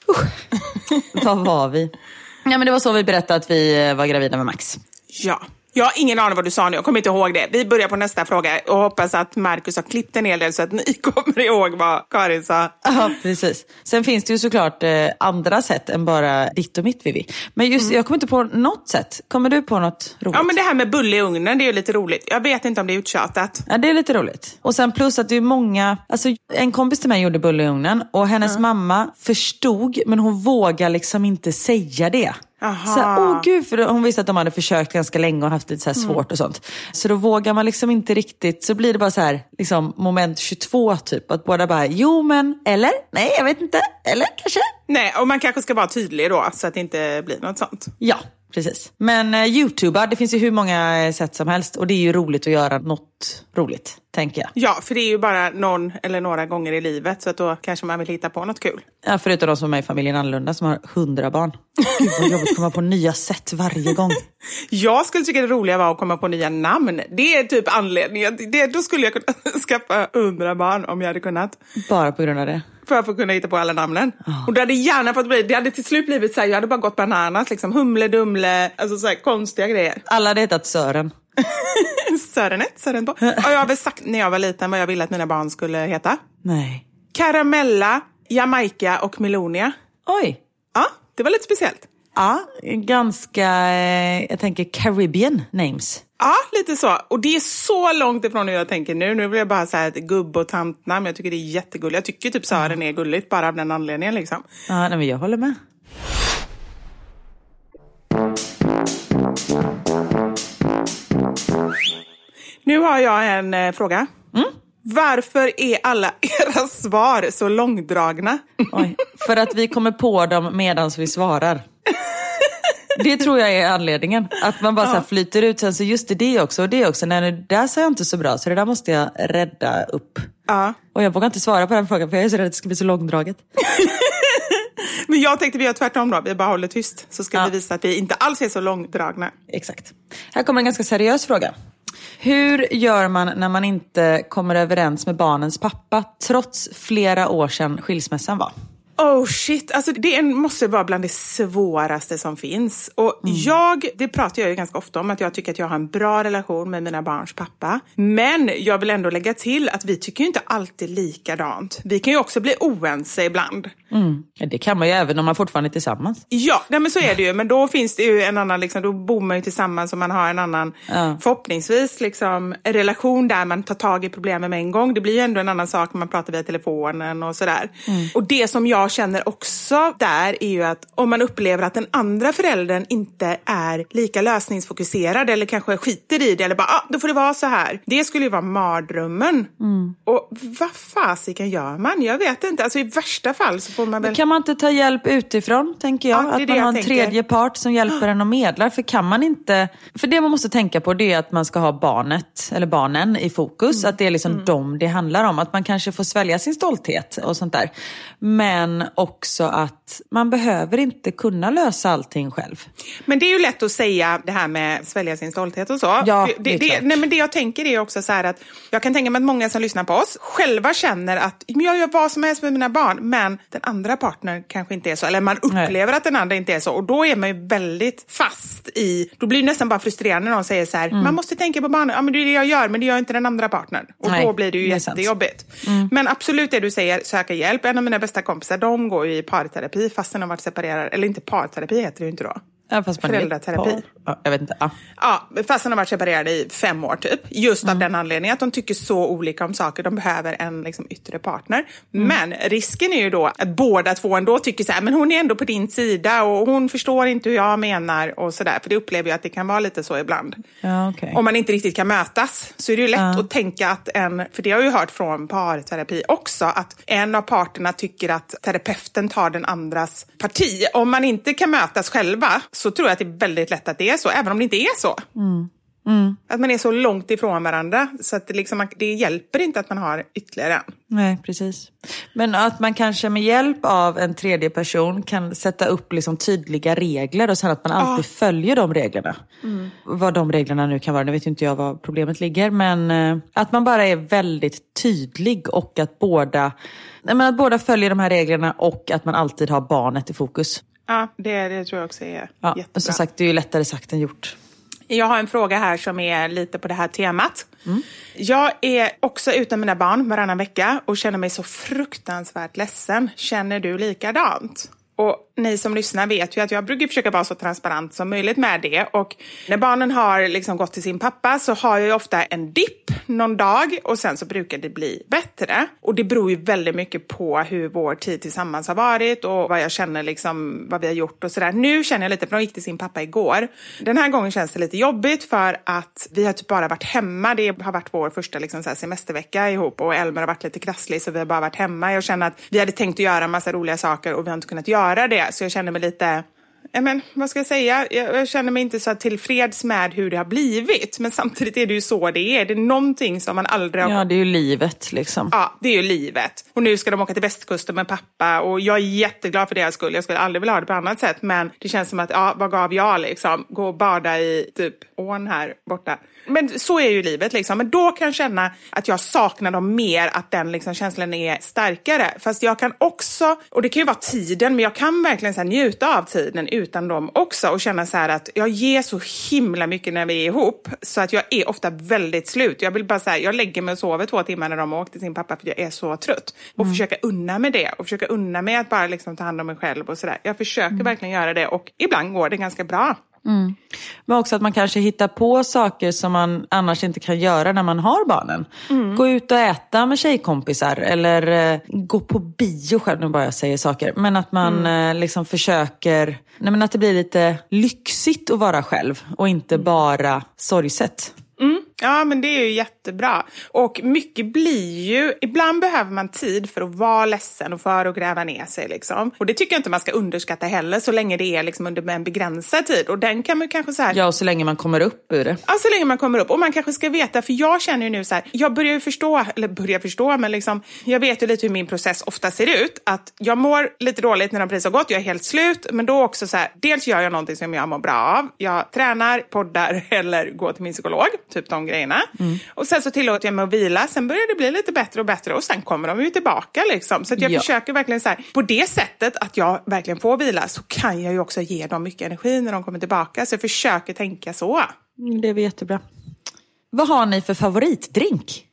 Vad var vi? Ja, men det var så vi berättade att vi var gravida med Max. Ja. Jag har ingen aning vad du sa nu, jag kommer inte ihåg det. Vi börjar på nästa fråga och hoppas att Marcus har klippt en hel del så att ni kommer ihåg vad Karin sa. Ja, precis. Sen finns det ju såklart andra sätt än bara ditt och mitt, Vivi. Men just jag kommer inte på något sätt. Kommer du på något roligt? Ja, men det här med bulle i ugnen, det är ju lite roligt. Jag vet inte om det är uttjatat. Ja, det är lite roligt. Och sen plus att det är många... Alltså, en kompis till mig gjorde bulle i ugnen och hennes mamma förstod, men hon vågar liksom inte säga det. Så, gud, för hon visste att de hade försökt ganska länge och haft lite så här svårt och sånt. Så då vågar man liksom inte riktigt, så blir det bara så här liksom moment 22 typ, att båda bara, jo men, eller, nej jag vet inte, eller kanske. Nej, och man kanske ska vara tydlig då så att det inte blir något sånt. Ja, precis. Men YouTuber, det finns ju hur många sätt som helst och det är ju roligt att göra något roligt, tänker jag. Ja, för det är ju bara någon eller några gånger i livet så att då kanske man vill hitta på något kul. Ja, förutom de som är med i familjen Annorlunda som har 100 barn. Gud vad jobbigt att komma på nya sätt varje gång. Jag skulle tycka det roliga var att komma på nya namn. Det är typ anledningen. Då skulle jag kunna skaffa 100 barn om jag hade kunnat. Bara på grund av det? För att få kunna hitta på alla namnen. Och det hade gärna fått bli, det hade till slut blivit så här, jag hade bara gått bananas, liksom humle, dumle, alltså så här konstiga grejer. Alla hade hetat Sören. Sören på. Och jag har väl sagt när jag var liten vad jag ville att mina barn skulle heta. Nej. Karamella, Jamaica och Melonia. Oj. Ja, det var lite speciellt. Ja, ganska, jag tänker Caribbean names. Ja, lite så. Och det är så långt ifrån hur jag tänker nu. Nu vill jag bara säga ett gubb- och tantnamn. Jag tycker det är jättegulligt. Jag tycker typ Sören är gulligt bara av den anledningen liksom. Ja, men jag håller med. Nu har jag en fråga. Varför är alla era svar så långdragna? Oj, för att vi kommer på dem medan vi svarar. Det tror jag är anledningen. Att man bara så här flyter ut. Sen så just det också och det också. Nej, det där sa jag inte så bra. Så det där måste jag rädda upp. Ja. Och jag vågar inte svara på den frågan. För jag är så rädd att det ska bli så långdraget. Men jag tänkte vi gör tvärtom då. Vi bara håller tyst. Så ska vi visa att vi inte alls är så långdragna. Exakt. Här kommer en ganska seriös fråga. Hur gör man när man inte kommer överens med barnens pappa trots flera år sedan skilsmässan var? Oh shit, alltså det måste vara bland det svåraste som finns. Och det pratar jag ju ganska ofta om, att jag tycker att jag har en bra relation med mina barns pappa. Men jag vill ändå lägga till att vi tycker ju inte alltid likadant. Vi kan ju också bli oense ibland. Ja, det kan man ju även om man fortfarande är tillsammans. Ja, men så är det ju. Men då finns det ju en annan, liksom, då bor man ju tillsammans och man har en annan, förhoppningsvis, liksom, relation där man tar tag i problemen med en gång. Det blir ju ändå en annan sak när man pratar via telefonen och sådär. Och det som jag känner också där är ju att om man upplever att den andra föräldern inte är lika lösningsfokuserad eller kanske skiter i det eller bara, då får det vara så här. Det skulle ju vara mardrömmen. Och vad fasiken gör man? Jag vet inte. Alltså i värsta fall så får man väl... Kan man inte ta hjälp utifrån, tänker jag? Ja, att man har en tredje part som hjälper en och medlar. För kan man inte... För det man måste tänka på, det är att man ska ha barnet eller barnen i fokus. Att det är liksom dem det handlar om. Att man kanske får svälja sin stolthet och sånt där. Men också att man behöver inte kunna lösa allting själv. Men det är ju lätt att säga det här med svälja sin stolthet och så. Ja, nej, men det jag tänker är också så här att jag kan tänka mig att många som lyssnar på oss själva känner att jag gör vad som helst med mina barn, men den andra partnern kanske inte är så. Eller man upplever att den andra inte är så. Och då är man ju väldigt fast i... Då blir det nästan bara frustrerande när någon säger så här, man måste tänka på barnen. Ja, men det är det jag gör, men det gör inte den andra partnern. Och då blir det ju jättejobbigt. Men absolut det du säger, söka hjälp. En av mina bästa kompisar, de går ju i parterapi fast de har varit separerade. Eller inte parterapi heter det ju inte då. Ja, fast föräldraterapi. Jag vet inte. Ja, fast de har varit separerade i 5 år typ. Just av den anledningen att de tycker så olika om saker. De behöver en liksom, yttre partner. Men risken är ju då att båda två ändå tycker så här, men hon är ändå på din sida och hon förstår inte hur jag menar och sådär. För det upplever jag att det kan vara lite så ibland. Ja, okay. Om man inte riktigt kan mötas så är det ju lätt att tänka att för det har jag ju hört från parterapi också, att en av parterna tycker att terapeuten tar den andras parti. Om man inte kan mötas själva så tror jag att det är väldigt lätt att det är så, även om det inte är så. Att man är så långt ifrån varandra så att det, liksom, det hjälper inte att man har ytterligare en. Nej, precis. Men att man kanske med hjälp av en tredje person kan sätta upp liksom tydliga regler och sen att man alltid följer de reglerna. Vad de reglerna nu kan vara, nu vet ju inte jag vad problemet ligger, men att man bara är väldigt tydlig och att båda följer de här reglerna och att man alltid har barnet i fokus. Ja, det tror jag också är jättebra. Och som sagt, det är ju lättare sagt än gjort. Jag har en fråga här som är lite på det här temat. Jag är också utan mina barn varannan vecka och känner mig så fruktansvärt ledsen. Känner du likadant? Och ni som lyssnar vet ju att jag brukar försöka vara så transparent som möjligt med det. Och när barnen har liksom gått till sin pappa så har jag ju ofta en dipp någon dag. Och sen så brukar det bli bättre. Och det beror ju väldigt mycket på hur vår tid tillsammans har varit. Och vad jag känner liksom, vad vi har gjort och sådär. Nu känner jag lite, för de gick till sin pappa igår. Den här gången känns det lite jobbigt för att vi har typ bara varit hemma. Det har varit vår första liksom så här semestervecka ihop. Och Elmer har varit lite krasslig så vi har bara varit hemma. Jag känner att vi hade tänkt att göra en massa roliga saker och vi har inte kunnat göra det. Så jag känner mig lite, vad ska jag säga? Jag känner mig inte så tillfreds med hur det har blivit. Men samtidigt är det ju så det är. Det är någonting som man aldrig har... Ja, det är ju livet liksom. Ja, det är ju livet. Och nu ska de åka till västkusten med pappa. Och jag är jätteglad för deras skull. Jag skulle aldrig vilja ha det på annat sätt. Men det känns som att, vad gav jag liksom? Gå och bada i typ ån här borta. Men så är ju livet liksom. Men då kan jag känna att jag saknar dem mer. Att den liksom känslan är starkare. Fast jag kan också, och det kan ju vara tiden. Men jag kan verkligen så här njuta av tiden utan dem också. Och känna så här att jag ger så himla mycket när vi är ihop. Så att jag är ofta väldigt slut. Jag vill bara säga, jag lägger mig och sover 2 timmar när de åker till sin pappa. För jag är så trött. Och försöka unna med det. Och försöka unna med att bara liksom ta hand om mig själv och sådär. Jag försöker verkligen göra det. Och ibland går det ganska bra. Men också att man kanske hittar på saker som man annars inte kan göra när man har barnen. Gå ut och äta med tjejkompisar eller gå på bio själv, nu bara jag säger saker. Men att man liksom försöker, men att det blir lite lyxigt att vara själv och inte bara sorgset. Ja, men det är ju jättebra. Och mycket blir ju... Ibland behöver man tid för att vara ledsen och för att gräva ner sig. Liksom. Och det tycker jag inte man ska underskatta heller så länge det är liksom under en begränsad tid. Och den kan man kanske så här... Ja, och så länge man kommer upp ur det. Ja, så länge man kommer upp. Och man kanske ska veta, för jag känner ju nu så här... Jag börjar förstå, men liksom... Jag vet ju lite hur min process ofta ser ut. Att jag mår lite dåligt när de precis har gått. Jag är helt slut. Men då också så här... Dels gör jag någonting som jag mår bra av. Jag tränar, poddar eller går till min psykolog. Typ de grejerna. Och sen så tillåter jag mig att vila. Sen börjar det bli lite bättre och bättre. Och sen kommer de ju tillbaka liksom. Så att jag försöker verkligen så här. På det sättet att jag verkligen får vila. Så kan jag ju också ge dem mycket energi när de kommer tillbaka. Så jag försöker tänka så. Det är jättebra. Vad har ni för favoritdrink?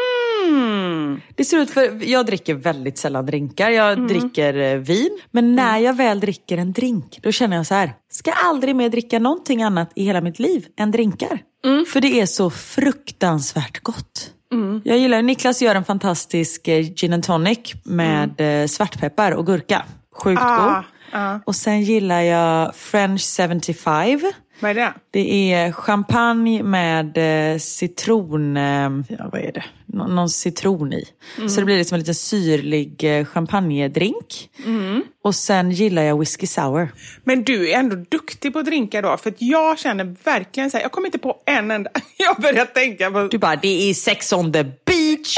Det ser ut för... Jag dricker väldigt sällan drinkar. Jag dricker vin. Men när jag väl dricker en drink, då känner jag så här. Ska aldrig mer dricka någonting annat i hela mitt liv än drinkar. För det är så fruktansvärt gott. Jag gillar, Niklas gör en fantastisk gin and tonic med svartpeppar och gurka. Sjukt god. Och sen gillar jag French 75. Vad är det? Det är champagne med citron... vad är det? Någon citron i. Så det blir liksom en liten syrlig champagnedrink. Och sen gillar jag whisky sour. Men du är ändå duktig på drinkar då. För att jag känner verkligen så här... Jag kommer inte på en enda... Jag börjar tänka på... Du bara, det är Sex on the beach,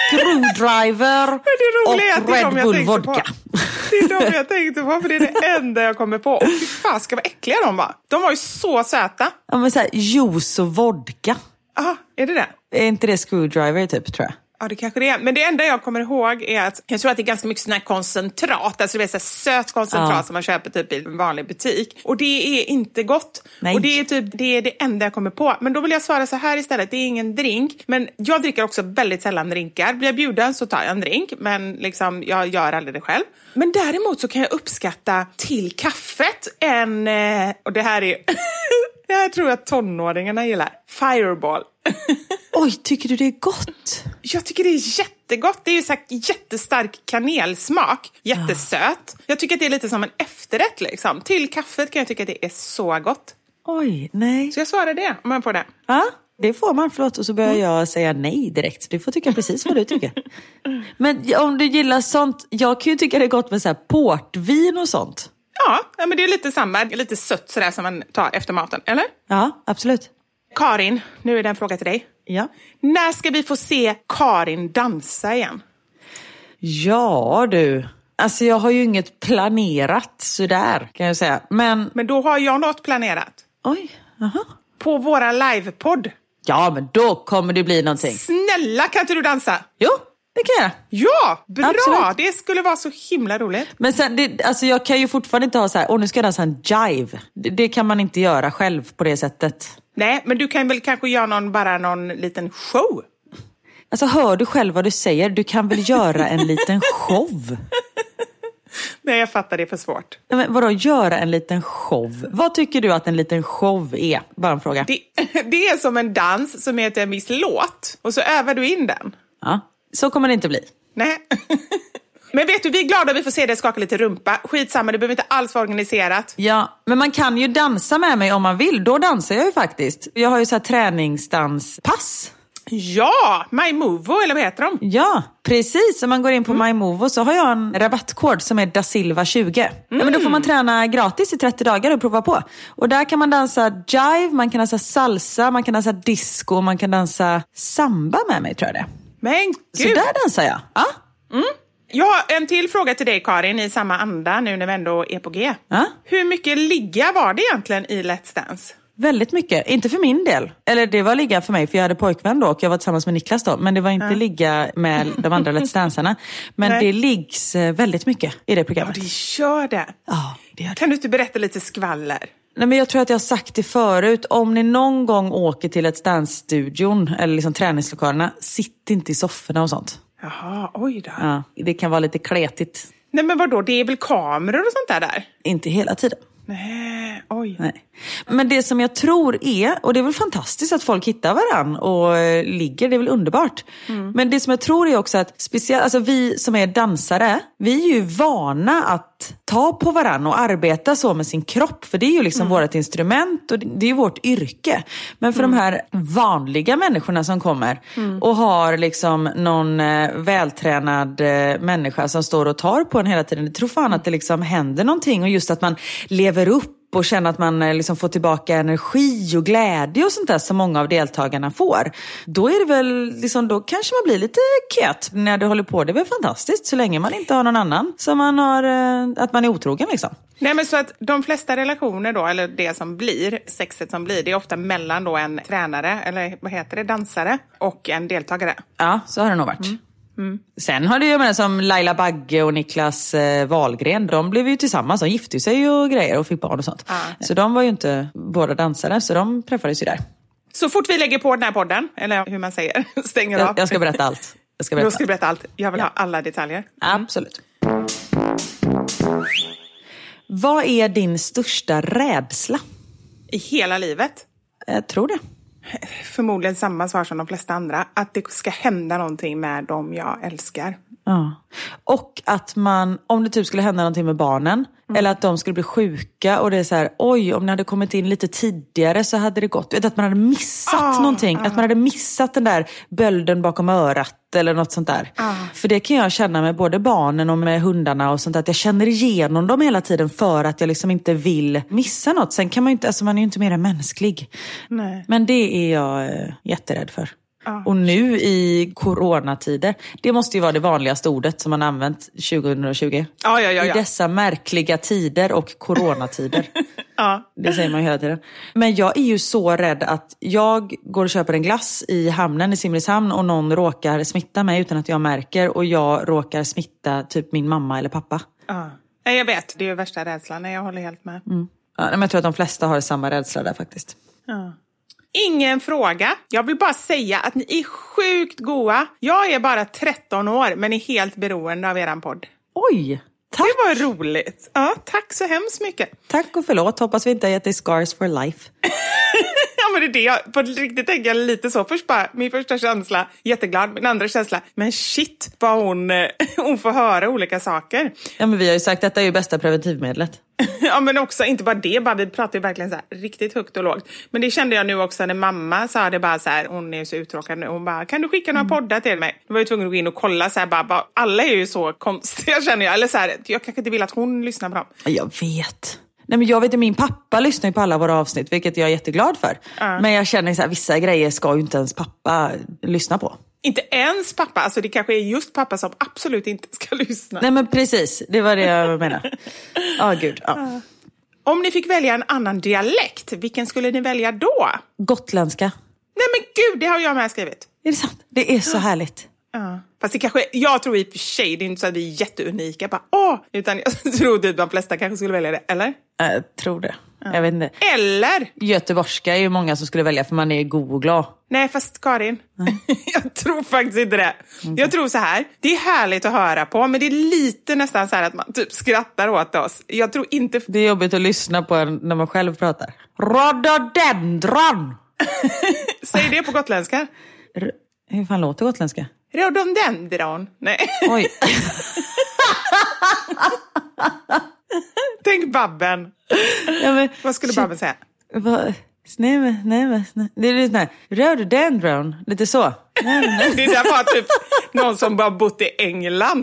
Screwdriver och Red Bull vodka. Det är de jag tänkte på, för det är det enda jag kommer på. Och fy fan, ska vara äckliga de var. De var ju så söta. Ja, men så här, juice och vodka. Aha, är det det? Är inte det Screwdriver typ, tror jag? Ja, det kanske det är. Men det enda jag kommer ihåg är att jag tror att det är ganska mycket sån här koncentrat. Alltså det är så här söt koncentrat som man köper typ i en vanlig butik. Och det är inte gott. Nej. Och det är typ det enda jag kommer på. Men då vill jag svara så här istället. Det är ingen drink. Men jag dricker också väldigt sällan drinkar. Blir jag bjuden så tar jag en drink. Men liksom, jag gör aldrig det själv. Men däremot så kan jag uppskatta till kaffet och det här är... det här tror jag att tonåringarna gillar. Fireball. Oj, tycker du det är gott? Jag tycker det är jättegott. Det är ju så här jättestark kanelsmak. Jättesöt. Jag tycker att det är lite som en efterrätt liksom. Till kaffet kan jag tycka att det är så gott. Oj, nej. Så jag svarar det om man får det. Ja, det får man. Förlåt. Och så börjar jag säga nej direkt. Du får tycka precis vad du tycker. Men om du gillar sånt. Jag kan ju tycka det är gott med så här portvin och sånt. Ja, men det är lite samma. Lite sött sådär som man tar efter maten, eller? Ja, absolut. Karin, nu är det en fråga till dig. Ja. När ska vi få se Karin dansa igen? Ja, du. Alltså jag har ju inget planerat sådär, kan jag säga. Men då har jag något planerat. Oj, aha. På våra livepodd. Ja, men då kommer det bli någonting. Snälla, kan inte du dansa? Jo, det kan jag. Ja, bra. Absolut. Det skulle vara så himla roligt. Men sen, alltså jag kan ju fortfarande inte ha så här, nu ska jag dansa en jive. Det kan man inte göra själv på det sättet. Nej, men du kan väl kanske göra någon liten show? Alltså hör du själv vad du säger? Du kan väl göra en liten show? Nej, jag fattar, det är för svårt. Men vadå, göra en liten show? Vad tycker du att en liten show är? Bara en fråga. Det är som en dans som heter en viss låt. Och så övar du in den. Ja, så kommer det inte bli. Nej. Men vet du, vi är glada att vi får se dig skaka lite rumpa. Skitsamma, det behöver inte alls vara organiserat. Ja, men man kan ju dansa med mig om man vill. Då dansar jag ju faktiskt. Jag har ju så här träningsdanspass. Ja, MyMovo, eller vad heter de? Ja, precis. Om man går in på MyMovo så har jag en rabattkod som är DaSilva20. Ja, men då får man träna gratis i 30 dagar och prova på. Och där kan man dansa jive, man kan dansa salsa, man kan dansa disco, man kan dansa samba med mig, tror jag det. Men gud! Så där dansar jag. Ja. Jag har en till fråga till dig, Karin, i samma anda nu när vi ändå är på G. Ja? Hur mycket ligga var det egentligen i Let's Dance? Väldigt mycket. Inte för min del. Eller det var ligga för mig, för jag hade pojkvän då och jag var tillsammans med Niklas då. Men det var inte ligga med de andra Let's Dancerna. Men det liggs väldigt mycket i det programmet. Ja, det gör det. Ja, det gör det. Kan du inte berätta lite skvaller? Nej, men jag tror att jag har sagt det förut. Om ni någon gång åker till Let's Dance-studion eller liksom träningslokalerna, sitt inte i sofforna och sånt. Jaha, oj då. Ja, det kan vara lite kletigt. Nej, men vadå? Det är väl kameror och sånt där? Inte hela tiden. Nej, oj. Nej. Men det som jag tror är, och det är väl fantastiskt att folk hittar varann och ligger, det är väl underbart. Men det som jag tror är också att speciellt, alltså vi som är dansare, vi är ju vana att ta på varann och arbeta så med sin kropp. För det är ju liksom vårt instrument och det är ju vårt yrke. Men för de här vanliga människorna som kommer och har liksom någon vältränad människa som står och tar på en hela tiden. Jag tror fan att det liksom händer någonting och just att man lever upp och känna att man liksom får tillbaka energi och glädje och sånt där som många av deltagarna får. Då är det väl liksom, då kanske man blir lite kött när det håller på. Det är väl fantastiskt så länge man inte har någon annan som man har, att man är otrogen liksom. Nej, men så att de flesta relationer då, eller det som blir, sexet som blir, det är ofta mellan då en tränare, eller vad heter det, dansare och en deltagare. Ja, så har det nog varit. Sen har det ju med som Laila Bagge och Niklas Wahlgren, de blev ju tillsammans, de gifte sig och grejer och fick barn och sånt. Så de var ju inte båda dansare, så de träffades ju där. Så fort vi lägger på den här podden, eller hur man säger, stänger av. Jag ska berätta allt. Du ska berätta allt. Jag vill ha alla detaljer. Absolut. Vad är din största rädsla? I hela livet? Jag tror det. Förmodligen samma svar som de flesta andra. Att det ska hända någonting med dem jag älskar. Ja. Och att man, om det typ skulle hända någonting med barnen, eller att de skulle bli sjuka och det är så här, oj, om ni hade kommit in lite tidigare så hade det gått. Vet, att man hade missat någonting. Att man hade missat den där bölden bakom örat eller något sånt där. För det kan jag känna med både barnen och med hundarna och sånt, att jag känner igenom dem hela tiden för att jag liksom inte vill missa något. Sen kan man ju inte, alltså man är ju inte mer mänsklig. Nej. Men det är jag jätterädd för. Och nu i coronatider, det måste ju vara det vanligaste ordet som man använt 2020. Ja. I dessa märkliga tider och coronatider. Det säger man hela tiden. Men jag är ju så rädd att jag går och köper en glass i hamnen i Simrishamn och någon råkar smitta mig utan att jag märker, och jag råkar smitta typ min mamma eller pappa. Ja, jag vet, det är ju värsta rädslan. Jag håller helt med. Ja, men jag tror att de flesta har samma rädsla där faktiskt. Ja. Ingen fråga. Jag vill bara säga att ni är sjukt goa. Jag är bara 13 år men är helt beroende av eran podd. Oj, tack. Det var roligt. Ja, tack så hemskt mycket. Tack och förlåt. Hoppas vi inte har gett dig scars for life. Ja, men det är det jag på riktigt tänker lite så. Först bara, min första känsla, jätteglad. Min andra känsla, men shit vad hon får höra olika saker. Ja, men vi har ju sagt att detta är ju bästa preventivmedlet. Ja, men också, inte bara det, bara vi pratar ju verkligen så här riktigt högt och lågt. Men det kände jag nu också när mamma sa det bara så här, hon är så uttråkad nu. Hon bara, kan du skicka några poddar till mig? Då var jag tvungen att gå in och kolla så här, bara alla är ju så konstiga känner jag. Eller så här, jag kanske inte vill att hon lyssnar på dem. Jag vet. Nej, men jag vet att min pappa lyssnar ju på alla våra avsnitt, vilket jag är jätteglad för. Men jag känner så här, vissa grejer ska ju inte ens pappa lyssna på. Inte ens pappa, alltså det kanske är just pappa som absolut inte ska lyssna. Nej, men precis, det var det jag menar. Gud. Om ni fick välja en annan dialekt, vilken skulle ni välja då? Gotländska. Nej men gud, det har jag med skrivit. Är det sant? Det är så härligt. Ja. Fast det kanske, jag tror i och för sig, det är inte så att vi är jätteunika. Bara, utan jag tror att de flesta kanske skulle välja det, eller? Jag tror det. Jag vet inte. Eller? Göteborgska är ju många som skulle välja för man är god och glad. Nej, fast Karin, jag tror faktiskt inte det. Jag tror så här, det är härligt att höra på, men det är lite nästan så här att man typ skrattar åt oss. Jag tror inte... Det är jobbigt att lyssna på när man själv pratar. Rhododendron! Säg det på gotländska. Hur fan låter gotländska? Rhododendron. Nej. Oj. Tänk Babben. Ja, men, vad skulle Babben säga? Nej. Det är lite här, rhododendron, lite så. Nej. Det där var typ någon som bara bott i England.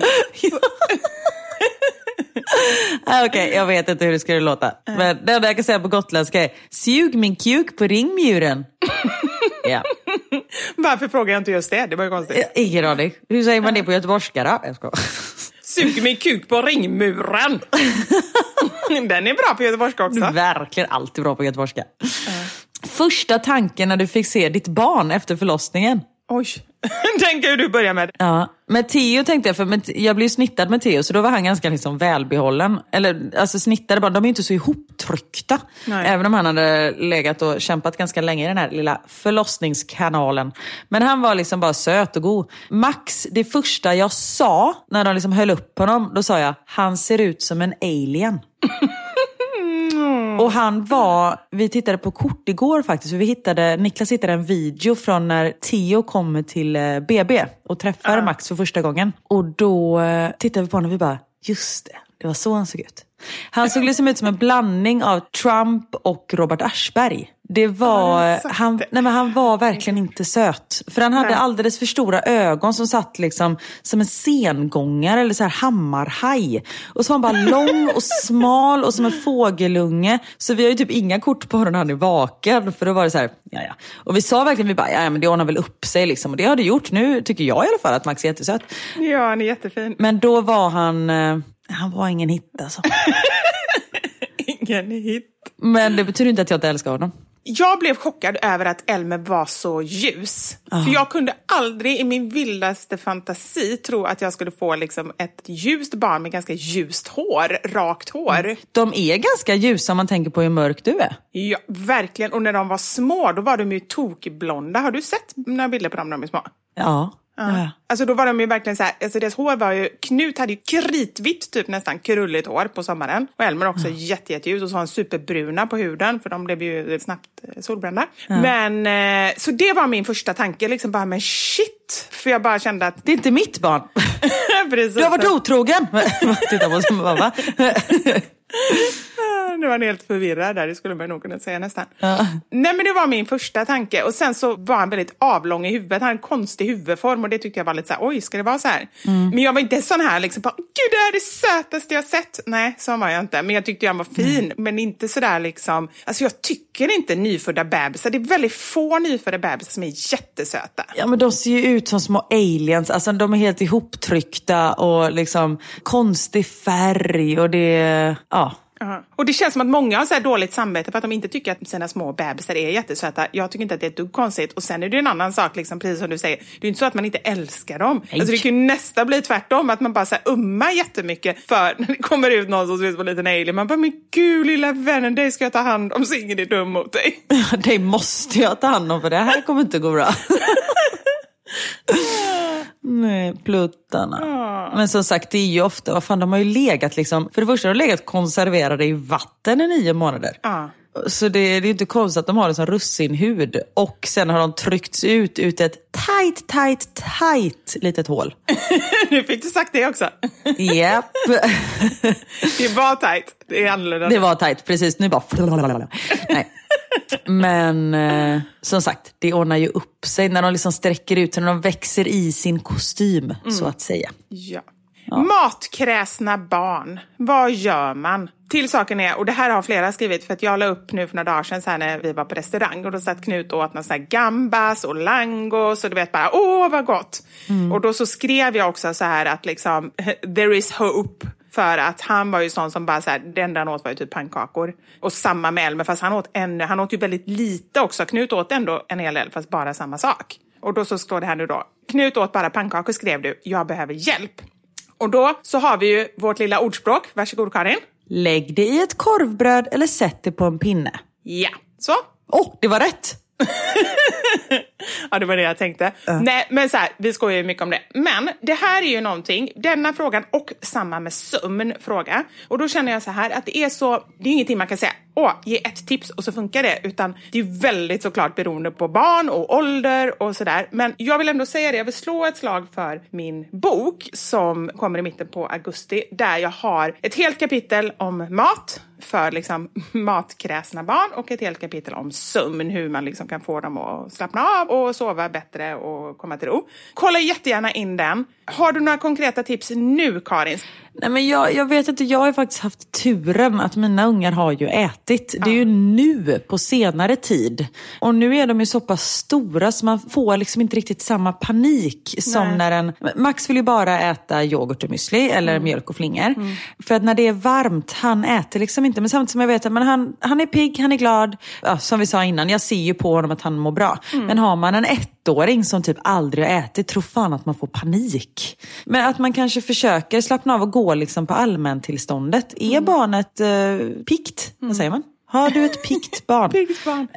Okej, jag vet inte hur det skulle låta. Men det enda jag kan säga på gotländska är sug min kuk på ringmuren. Ja. Varför frågar jag inte just det? Det var ju konstigt. Ingen aning. Hur säger man det på göteborgska då? Jag ska. Sug min kuk på ringmuren. Den är bra på göteborgska också. Verkligen alltid bra på göteborgska. Första tanken när du fick se ditt barn efter förlossningen. Oj, tänk hur du börjar med. Ja, med Theo tänkte jag, för jag blev snittad med Theo, så då var han ganska liksom välbehållen. Eller alltså snittade barn, de är ju inte så ihoptryckta. Nej. Även om han hade legat och kämpat ganska länge i den här lilla förlossningskanalen. Men han var liksom bara söt och god. Max, det första jag sa när de liksom höll upp honom, då sa jag, han ser ut som en alien. Och han var, vi tittade på kort igår faktiskt, för Niklas hittade en video från när Theo kommer till BB och träffar Max för första gången. Och då tittade vi på honom och vi bara, just det var så han såg ut. Han såg liksom ut som en blandning av Trump och Robert Aschberg. Det var, han var verkligen inte söt. För han hade alldeles för stora ögon som satt liksom som en sengångare eller så här hammarhaj. Och så var han bara lång och smal och som en fågelunge. Så vi har ju typ inga kort på när han är vaken. För då var det så här, ja. Och vi sa verkligen, vi bara, men det ordnar väl upp sig liksom. Och det har det gjort nu, tycker jag i alla fall, att Max är jättesöt. Ja, han är jättefin. Men då var han var ingen hit alltså. Ingen hit. Men det betyder inte att jag inte älskar honom. Jag blev chockad över att Elmer var så ljus. För jag kunde aldrig i min vildaste fantasi tro att jag skulle få liksom ett ljust barn med ganska ljust hår, rakt hår. De är ganska ljusa om man tänker på hur mörk du är. Ja, verkligen. Och när de var små, då var de ju tokblonda. Har du sett några bilder på dem när de är små? Ja. Ja. Alltså då var de ju verkligen så här, alltså deras hår var ju, Knut hade ju kritvitt typ nästan krulligt hår på sommaren. Och Elmer också jätteljus och så har han superbruna på huden för de blev ju snabbt solbrända. Men så det var min första tanke liksom bara, men shit. För jag bara kände att det är inte mitt barn. Precis. Du har varit otrogen. Titta på som mamma. Nu var han helt förvirrad där, det skulle man nog kunna säga nästan. Nej, men det var min första tanke. Och sen så var han väldigt avlång i huvudet. Han hade en konstig huvudform och det tyckte jag var lite så här, oj, ska det vara så här? Men jag var inte sån här liksom, bara, gud, det är det sötaste jag sett. Nej, så var jag inte. Men jag tyckte han var fin, men inte så där liksom. Alltså jag tycker inte nyfödda bebisar, det är väldigt få nyfödda bebisar som är jättesöta. Ja, men de ser ju ut som små aliens. Alltså de är helt ihoptryckta och liksom konstig färg och det, ja. Och det känns som att många har så här dåligt samvete för att de inte tycker att sina små bebisar är jättesöta. Jag tycker inte att det är ett dugg konstigt. Och sen är det en annan sak, liksom, precis som du säger. Det är inte så att man inte älskar dem. Alltså, det kan ju nästan bli tvärtom. Att man bara så här ummar jättemycket för när det kommer ut någon som ser ut som en liten alien. Man bara, men gud lilla vännen, dig ska jag ta hand om så ingen är dum mot dig. Ja, det måste jag ta hand om för det här kommer inte gå bra. Nej, pluttarna. Men som sagt, det är ju ofta, vad fan, de har ju legat liksom, för det första har de legat konserverade i vatten i 9 månader. Så det är ju inte konstigt att de har en sån russinhud. Och sen har de tryckts ut ett tight litet hål. Nu fick du sagt det också. Japp. Det var tight. Det är annorlunda. Det var tight, precis. Nu bara... Nej. Men som sagt, det ordnar ju upp sig när de liksom sträcker ut, när de växer i sin kostym, så att säga. Ja. Matkräsna barn, vad gör man? Till saken är, och det här har flera skrivit för att jag la upp nu för några dagar sedan så här när vi var på restaurang och då satt Knut och åt någon sån här gambas och langos och du vet bara, åh vad gott. Och då så skrev jag också så här att liksom, there is hope. För att han var ju sån som bara så här, det enda han åt var ju typ pannkakor. Och samma med Elmer, fast han åt ju väldigt lite också. Knut åt ändå en hel del, fast bara samma sak. Och då så står det här nu då. Knut åt bara pannkakor, skrev du. Jag behöver hjälp. Och då så har vi ju vårt lilla ordspråk. Varsågod Karin. Lägg det i ett korvbröd eller sätt det på en pinne. Ja, så. Det var rätt. Ja, det var det jag tänkte. Nej, men så här, vi skojar ju mycket om det. Men det här är ju någonting, denna frågan och samma med sömnfråga. Och då känner jag så här att det är ingenting man kan säga, ge ett tips och så funkar det. Utan det är väldigt såklart beroende på barn och ålder och sådär. Men jag vill ändå säga det, jag vill slå ett slag för min bok som kommer i mitten på augusti. Där jag har ett helt kapitel om mat för liksom matkräsna barn och ett helt kapitel om sömn, hur man liksom kan få dem att slappna av och sova bättre och komma till ro. Kolla jättegärna in den. Har du några konkreta tips nu, Karin? Nej, men jag vet inte, jag har faktiskt haft turen att mina ungar har ju ätit. Det är ju nu på senare tid. Och nu är de ju så pass stora så man får liksom inte riktigt samma panik som när Max vill ju bara äta yoghurt och müsli eller mjölk och flingor. För att när det är varmt, han äter liksom inte. Men samtidigt som jag vet att han är pigg, han är glad. Ja, som vi sa innan, jag ser ju på honom att han mår bra. Men har man en ettåring som typ aldrig har ätit, tror fan att man får panik. Men att man kanske försöker slappna av och gå liksom på allmäntillståndet. Är barnet pikt? Vad säger man? Har du ett pikt barn? Pikt barn.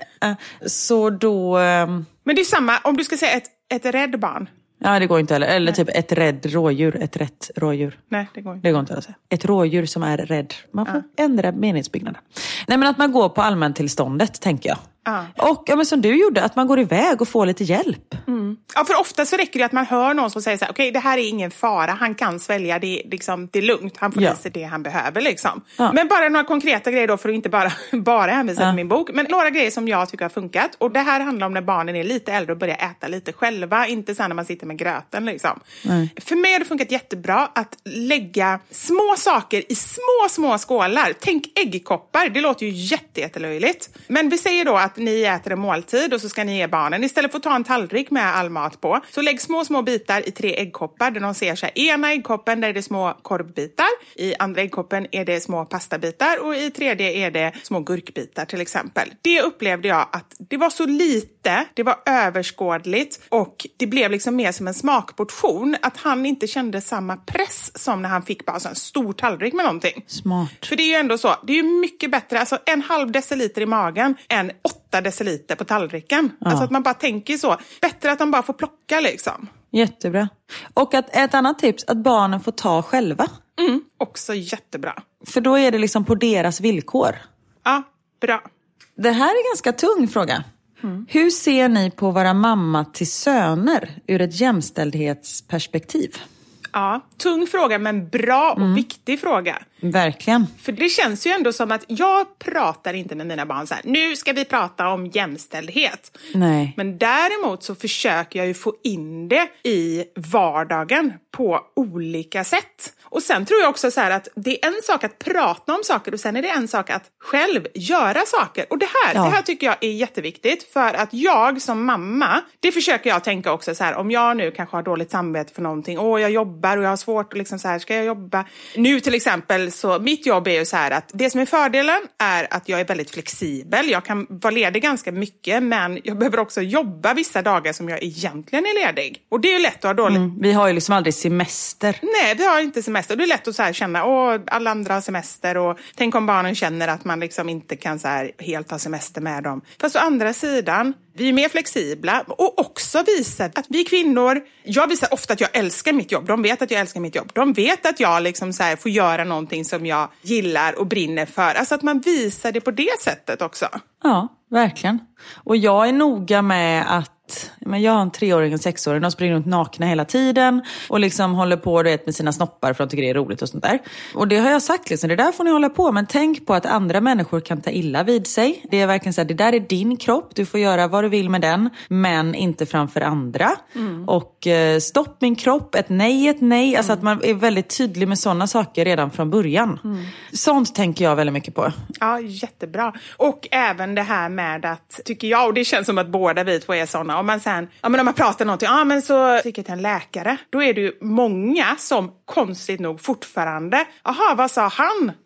Så då... Men det är samma, om du ska säga ett rädd barn. Ja, det går inte heller. Eller typ ett rädd rådjur. Ett rätt rådjur. Nej, det går inte. Det går inte att säga. Ett rådjur som är rädd. Man får ändra meningsbyggnaden. Nej, men att man går på allmäntillståndet, tänker jag. Och men som du gjorde, att man går iväg och får lite hjälp. Ja, för ofta så räcker det att man hör någon som säger så här: okej, det här är ingen fara, han kan svälja, det är lugnt, han får i sig det han behöver liksom. Men bara några konkreta grejer då, för att inte bara hänvisa till min bok, men några grejer som jag tycker har funkat. Och det här handlar om när barnen är lite äldre och börjar äta lite själva, inte så när man sitter med gröten liksom. För mig har det funkat jättebra att lägga små saker i små skålar. Tänk äggkoppar, det låter ju jättelöjligt. Men vi säger då att ni äter en måltid och så ska ni ge barnen, istället för att ta en tallrik med all mat på, så lägg små bitar i 3 äggkoppar där de ser så här: ena äggkoppen där är det små korvbitar, i andra äggkoppen är det små pastabitar och i tredje är det små gurkbitar till exempel. Det upplevde jag att det var så lite, det var överskådligt och det blev liksom mer som en smakportion, att han inte kände samma press som när han fick bara så en stor tallrik med någonting. Smart. För det är ju ändå så, det är ju mycket bättre, alltså 1/2 deciliter i magen än 8 deciliter på tallriken. Alltså att man bara tänker så. Bättre att de bara får plocka liksom. Jättebra. Och att ett annat tips, att barnen får ta själva. Också jättebra. För då är det liksom på deras villkor. Ja, bra. Det här är en ganska tung fråga. Hur ser ni på våra mamma till söner ur ett jämställdhetsperspektiv? Ja, tung fråga men bra och viktig fråga. Verkligen. För det känns ju ändå som att jag pratar inte med mina barn så här: nu ska vi prata om jämställdhet. Nej. Men däremot så försöker jag ju få in det i vardagen på olika sätt. Och sen tror jag också så här att det är en sak att prata om saker och sen är det en sak att själv göra saker. Och det här tycker jag är jätteviktigt, för att jag som mamma, det försöker jag tänka också så här: om jag nu kanske har dåligt samvete för någonting, jag jobbar och jag har svårt att liksom så här, ska jag jobba? Nu till exempel, så mitt jobb är ju så här att det som är fördelen är att jag är väldigt flexibel. Jag kan vara ledig ganska mycket, men jag behöver också jobba vissa dagar som jag egentligen är ledig. Och det är ju lätt att ha dåligt. Vi har ju liksom aldrig semester. Nej, vi har inte semester. Det är lätt att så här känna, alla andra har semester, och tänk om barnen känner att man liksom inte kan så här helt ha semester med dem. Fast å andra sidan, vi är mer flexibla och också visar att vi kvinnor, jag visar ofta att jag älskar mitt jobb. De vet att jag älskar mitt jobb. De vet att jag liksom så här får göra någonting som jag gillar och brinner för. Alltså att man visar det på det sättet också. Ja, verkligen. Och jag är noga med att jag har en 3-åring och en 6-åring. De springer runt nakna hela tiden och liksom håller på med sina snoppar för att de tycker det är roligt och sånt där. Och det har jag sagt liksom, det där får ni hålla på. Men tänk på att andra människor kan ta illa vid sig. Det är verkligen så här, det där är din kropp. Du får göra vad du vill med den, men inte framför andra. Och stopp min kropp, ett nej. Alltså att man är väldigt tydlig med sådana saker redan från början. Sånt tänker jag väldigt mycket på. Ja, jättebra. Och även det här med att, tycker jag, och det känns som att båda vi två är sådana. Om man sen, om man pratar någonting, men så fick jag till en läkare. Då är det ju många som konstigt nog fortfarande, vad sa han då?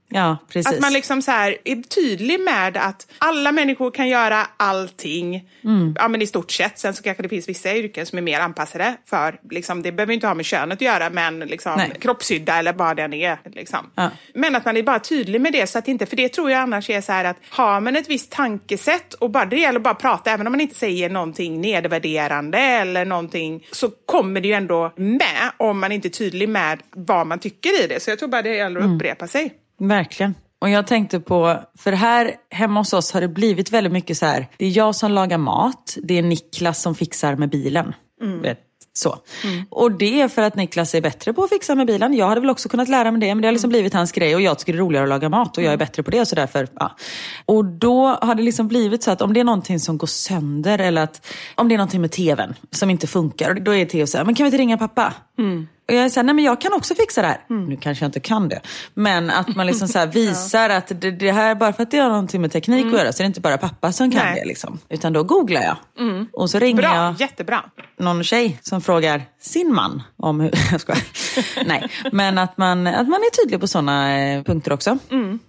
Ja, precis. Att man liksom så här är tydlig med att alla människor kan göra allting. Ja, men i stort sett. Sen så kanske det finns vissa yrken som är mer anpassade för, liksom, det behöver inte ha med könet att göra, men liksom kroppshydda eller vad den är. Liksom. Ja. Men att man är bara tydlig med det, så att inte, för det tror jag annars är så här att har man ett visst tankesätt och bara, det gäller bara att prata, även om man inte säger någonting nedvärderande eller någonting, så kommer det ju ändå med om man inte är tydlig med vad man tycker i det. Så jag tror bara det gäller att upprepa sig. Verkligen. Och jag tänkte på, för här hemma hos oss har det blivit väldigt mycket så här, det är jag som lagar mat, det är Niklas som fixar med bilen. Så. Och det är för att Niklas är bättre på att fixa med bilen. Jag hade väl också kunnat lära mig det, men det har liksom blivit hans grej och jag tycker det är roligare att laga mat och jag är bättre på det, så därför, ja. Och då har det liksom blivit så att om det är någonting som går sönder eller att om det är någonting med tvn som inte funkar, då är Theo så här, men kan vi inte ringa pappa? Och jag säger, nej men jag kan också fixa det här. Nu kanske jag inte kan det. Men att man liksom så här visar att det här, bara för att det har någonting med teknik att göra, så är det inte bara pappa som kan det liksom. Utan då googlar jag. Och så ringer jag jättebra. Någon tjej som frågar sin man om hur jag ska. Nej, men att man är tydlig på sådana punkter också.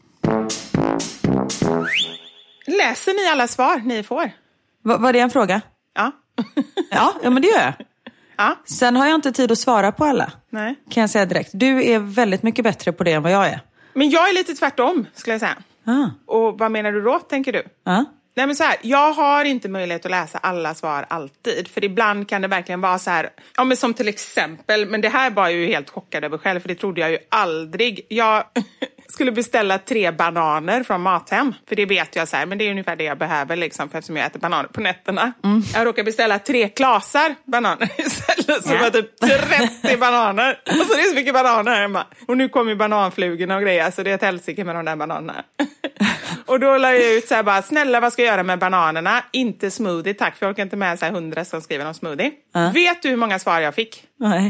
Läser ni alla svar ni får? Var det en fråga? Ja. Ja, men det gör jag. Ja. Sen har jag inte tid att svara på alla. Nej. Kan jag säga direkt. Du är väldigt mycket bättre på det än vad jag är. Men jag är lite tvärtom, skulle jag säga. Och vad menar du då, tänker du? Nej, men så här, jag har inte möjlighet att läsa alla svar alltid. För ibland kan det verkligen vara så här, ja men som till exempel, men det här var jag ju helt chockad över själv, för det trodde jag ju aldrig. Jag skulle beställa 3 bananer från Mathem, för det vet jag så här, men det är ungefär det jag behöver liksom, för eftersom jag äter bananer på nätterna. Jag råkar beställa 3 klasar bananer istället, så var typ 30 bananer. Alltså det är så mycket bananer här hemma. Och nu kommer ju bananflugorna och grejer, så det är ett helsike med de där bananerna. Och då la jag ut så här bara, snälla vad ska jag göra med bananerna? Inte smoothie, tack, för jag orkar inte med så här 100 som skriver om smoothie. Vet du hur många svar jag fick? Nej.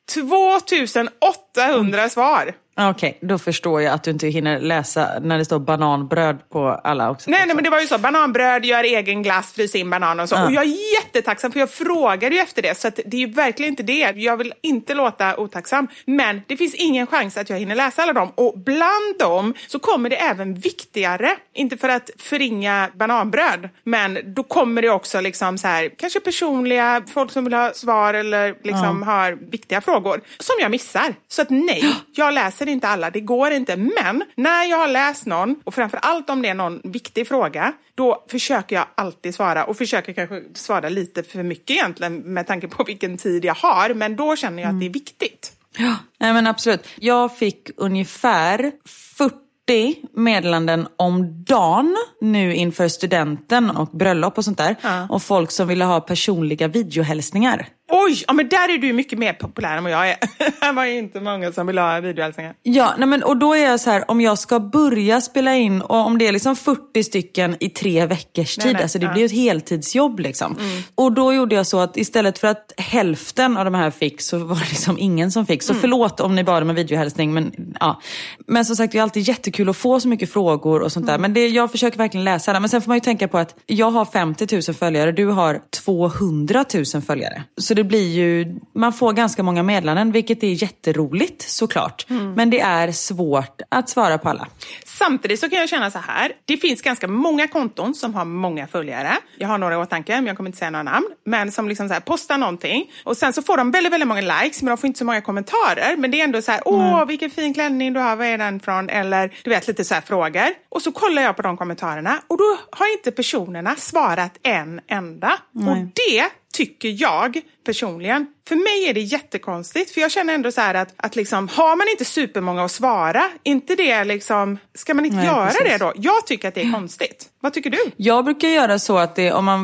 2800 svar. Okej, då förstår jag att du inte hinner läsa när det står bananbröd på alla också. Nej, men det var ju så, bananbröd, gör egen glass, frys in banan och så. Och jag är jättetacksam, för jag frågade ju efter det, så att det är ju verkligen inte det. Jag vill inte låta otacksam, men det finns ingen chans att jag hinner läsa alla dem. Och bland dem så kommer det även viktigare, inte för att förringa bananbröd, men då kommer det också liksom så här, kanske personliga, folk som vill ha svar eller liksom har viktiga frågor som jag missar. Så att nej, jag läser inte alla, det går inte. Men när jag har läst någon, och framförallt om det är någon viktig fråga, då försöker jag alltid svara, och försöker kanske svara lite för mycket egentligen med tanke på vilken tid jag har, men då känner jag att det är viktigt. Ja, nej men absolut. Jag fick ungefär 40 meddelanden om dagen nu inför studenten och bröllop och sånt där. Och folk som ville ha personliga videohälsningar. Oj, ja, men där är du mycket mer populär än vad jag är. Det var inte många som vill ha videohälsningar. Ja, nej men, och då är jag så här, om jag ska börja spela in, och om det är liksom 40 stycken i 3 veckors tid, alltså det blir ett heltidsjobb liksom. Och då gjorde jag så att istället för att hälften av de här fick, så var det liksom ingen som fick. Så förlåt om ni bad om en videohälsning, men ja. Men som sagt, det är alltid jättekul att få så mycket frågor och sånt där. Men jag försöker verkligen läsa det. Men sen får man ju tänka på att jag har 50 000 följare, du har 200 000 följare. Så det blir ju, man får ganska många meddelanden, vilket är jätteroligt såklart. Men det är svårt att svara på alla. Samtidigt så kan jag känna så här, det finns ganska många konton som har många följare. Jag har några i åtanke, men jag kommer inte säga några namn. Men som liksom så här postar någonting. Och sen så får de väldigt, väldigt många likes, men de får inte så många kommentarer. Men det är ändå så här, åh vilken fin klänning du har, vad är den från? Eller du vet, lite så här frågor. Och så kollar jag på de kommentarerna, och då har inte personerna svarat en enda. Och det tycker jag personligen, för mig är det jättekonstigt, för jag känner ändå så här att liksom, har man inte supermånga att svara, inte det liksom, ska man inte göra det då? Jag tycker att det är konstigt. Vad tycker du? Jag brukar göra så att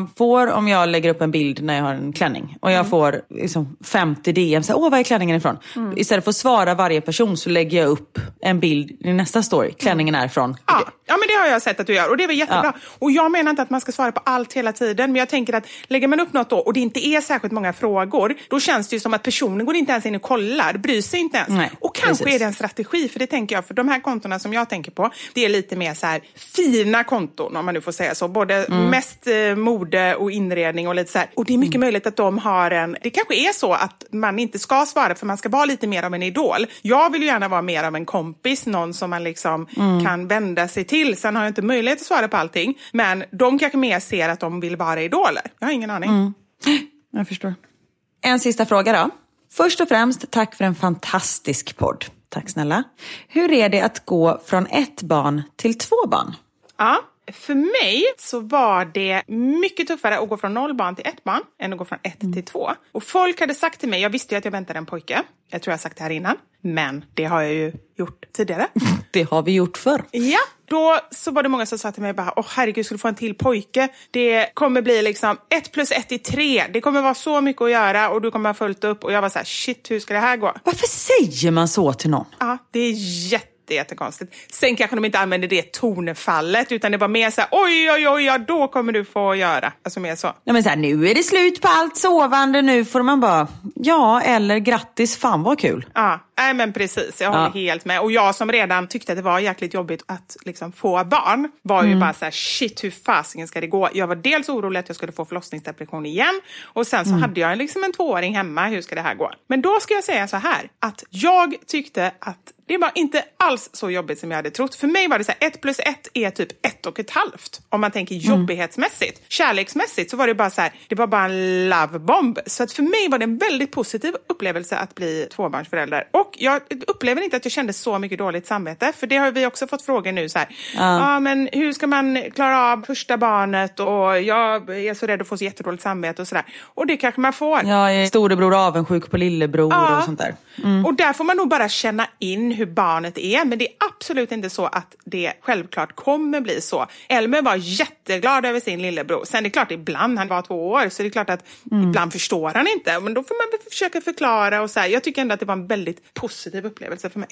om jag lägger upp en bild när jag har en klänning och jag får liksom 50 DM, så här, var är klänningen ifrån? Istället för att svara varje person så lägger jag upp en bild i nästa story. Klänningen är från. Ja, men det har jag sett att du gör, och det är väl jättebra. Och jag menar inte att man ska svara på allt hela tiden, men jag tänker att lägger man upp något då och det inte är särskilt många frågor frågor, då känns det ju som att personen går inte ens in och kollar, bryr sig inte ens. Nej, och kanske precis. är det en strategi, för det tänker jag, för de här kontona som jag tänker på, det är lite mer så här fina konton, om man nu får säga så. Både mest mode och inredning och lite så här. Och det är mycket möjligt att de har det kanske är så att man inte ska svara, för man ska vara lite mer av en idol. Jag vill ju gärna vara mer av en kompis, någon som man liksom kan vända sig till. Sen har jag inte möjlighet att svara på allting, men de kanske mer ser att de vill vara idoler. Jag har ingen aning. Jag förstår. En sista fråga då. Först och främst, tack för en fantastisk podd. Tack snälla. Hur är det att gå från 1 barn till 2 barn? Ja, för mig så var det mycket tuffare att gå från 0 barn till 1 barn än att gå från 1 till 2. Och folk hade sagt till mig, jag visste ju att jag väntade en pojke. Jag tror jag har sagt det här innan, men det har jag ju gjort tidigare. Det har vi gjort förr. Ja, då så var det många som sa till mig bara, herregud, skulle du få en till pojke? Det kommer bli liksom 1 + 1 är 3. Det kommer vara så mycket att göra och du kommer ha fullt upp. Och jag var så här, shit, hur ska det här gå? Varför säger man så till någon? Ja, det är jättekonstigt. Sen kanske de inte använder det tonefallet, utan det var mer så här, oj, ja, då kommer du få göra. Alltså mer så. Ja, men så här, nu är det slut på allt sovande, nu får man bara, ja, eller grattis, fan vad kul. Ja, nej men precis, jag håller helt med. Och jag som redan tyckte att det var jäkligt jobbigt att liksom få barn, var ju bara så här, shit, hur fasiken ska det gå? Jag var dels orolig att jag skulle få förlossningsdepression igen, och sen så hade jag liksom en 2-åring hemma, hur ska det här gå? Men då ska jag säga så här, att jag tyckte att det var inte alls så jobbigt som jag hade trott. För mig var det så här, 1 + 1 är typ 1,5. Om man tänker jobbighetsmässigt. Kärleksmässigt så var det bara så här, det var bara en lovebomb. Så att för mig var det en väldigt positiv upplevelse att bli tvåbarnsförälder. Och jag upplever inte att jag kände så mycket dåligt samvete. För det har vi också fått frågor nu så här. Men hur ska man klara av första barnet? Och jag är så rädd att få så jättedåligt samvete och sådär. Och det kanske man får. Jag är storebror avundsjuk på lillebror och sånt där. Och där får man nog bara känna in hur barnet är. Men det är absolut inte så att det självklart kommer bli så. Elmer var jätteglad över sin lillebror. Sen är det klart, ibland, han var 2 år, så det är klart att ibland förstår han inte. Men då får man försöka förklara och så här. Jag tycker ändå att det var en väldigt positiv upplevelse för mig.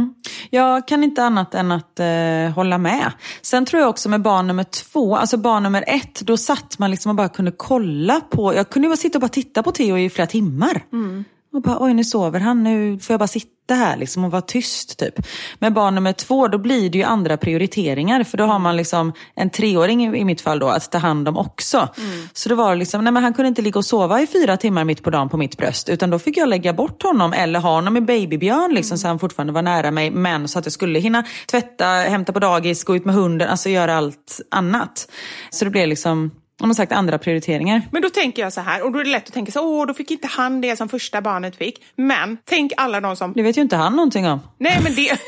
Jag kan inte annat än att hålla med. Sen tror jag också med barn nummer 2, alltså barn nummer 1, då satt man liksom och bara kunde kolla på, jag kunde ju bara sitta och bara titta på Theo i flera timmar. Och bara, oj, nu sover han, nu får jag bara sitta här liksom och vara tyst typ. Med barn nummer 2, då blir det ju andra prioriteringar, för då har man liksom en 3-åring i mitt fall då att ta hand om också. Så det var liksom, nej men han kunde inte ligga och sova i 4 timmar mitt på dagen på mitt bröst, utan då fick jag lägga bort honom eller ha honom i babybjörn liksom, så han fortfarande var nära mig, men så att jag skulle hinna tvätta, hämta på dagis, gå ut med hunden, alltså göra allt annat. Så det blev liksom, om man sagt, andra prioriteringar. Men då tänker jag så här, och då är det lätt att tänka så, då fick inte han det som första barnet fick. Men tänk alla de som... Det vet ju inte han någonting om. Nej, men det...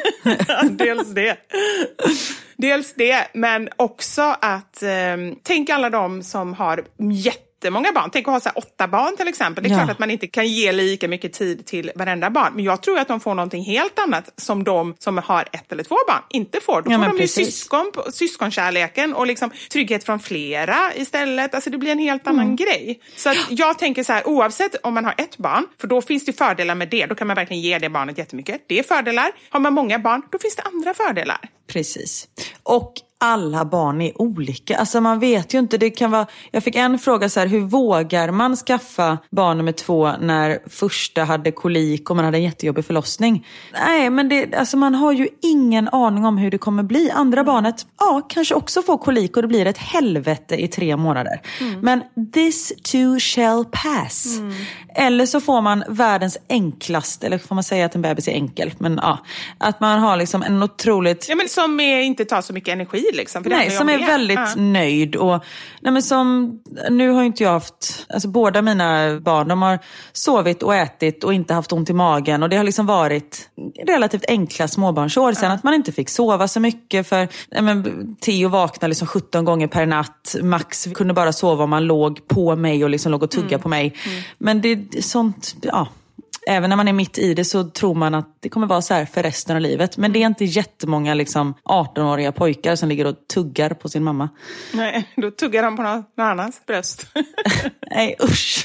Dels det, men också att tänk alla de som har jättemånga barn. Tänk att ha så här 8 barn till exempel. Det är klart att man inte kan ge lika mycket tid till varenda barn. Men jag tror att de får någonting helt annat som de som har 1 eller 2 barn inte får. Då får de ju syskonkärleken och liksom trygghet från flera istället. Alltså det blir en helt annan grej. Så att jag tänker så här, oavsett om man har 1 barn, för då finns det fördelar med det. Då kan man verkligen ge det barnet jättemycket. Det är fördelar. Har man många barn, då finns det andra fördelar. Precis. Och alla barn är olika. Alltså man vet ju inte, det kan vara... Jag fick en fråga så här, hur vågar man skaffa barn nummer 2 när första hade kolik och man hade en jättejobbig förlossning? Nej, men det, alltså man har ju ingen aning om hur det kommer bli. Andra barnet, kanske också får kolik och det blir ett helvete i 3 månader. Men this too shall pass. Eller så får man världens enklaste, eller får man säga att en bebis är enkel, men att man har liksom en otroligt... Ja, men som inte tar så mycket energi liksom. För nej, som är väldigt nöjd. Och, nej, men som, nu har inte jag haft... Alltså båda mina barn, de har sovit och ätit och inte haft ont i magen. Och det har liksom varit relativt enkla småbarnsår. Sen att man inte fick sova så mycket. För Theo vaknade liksom 17 gånger per natt. Max kunde bara sova om man låg på mig och liksom låg och tuggade på mig. Men det är sånt... Även när man är mitt i det så tror man att det kommer vara så här för resten av livet. Men det är inte jättemånga liksom 18-åriga pojkar som ligger och tuggar på sin mamma. Nej, då tuggar de på någon annans bröst. Nej, usch. Nej, men...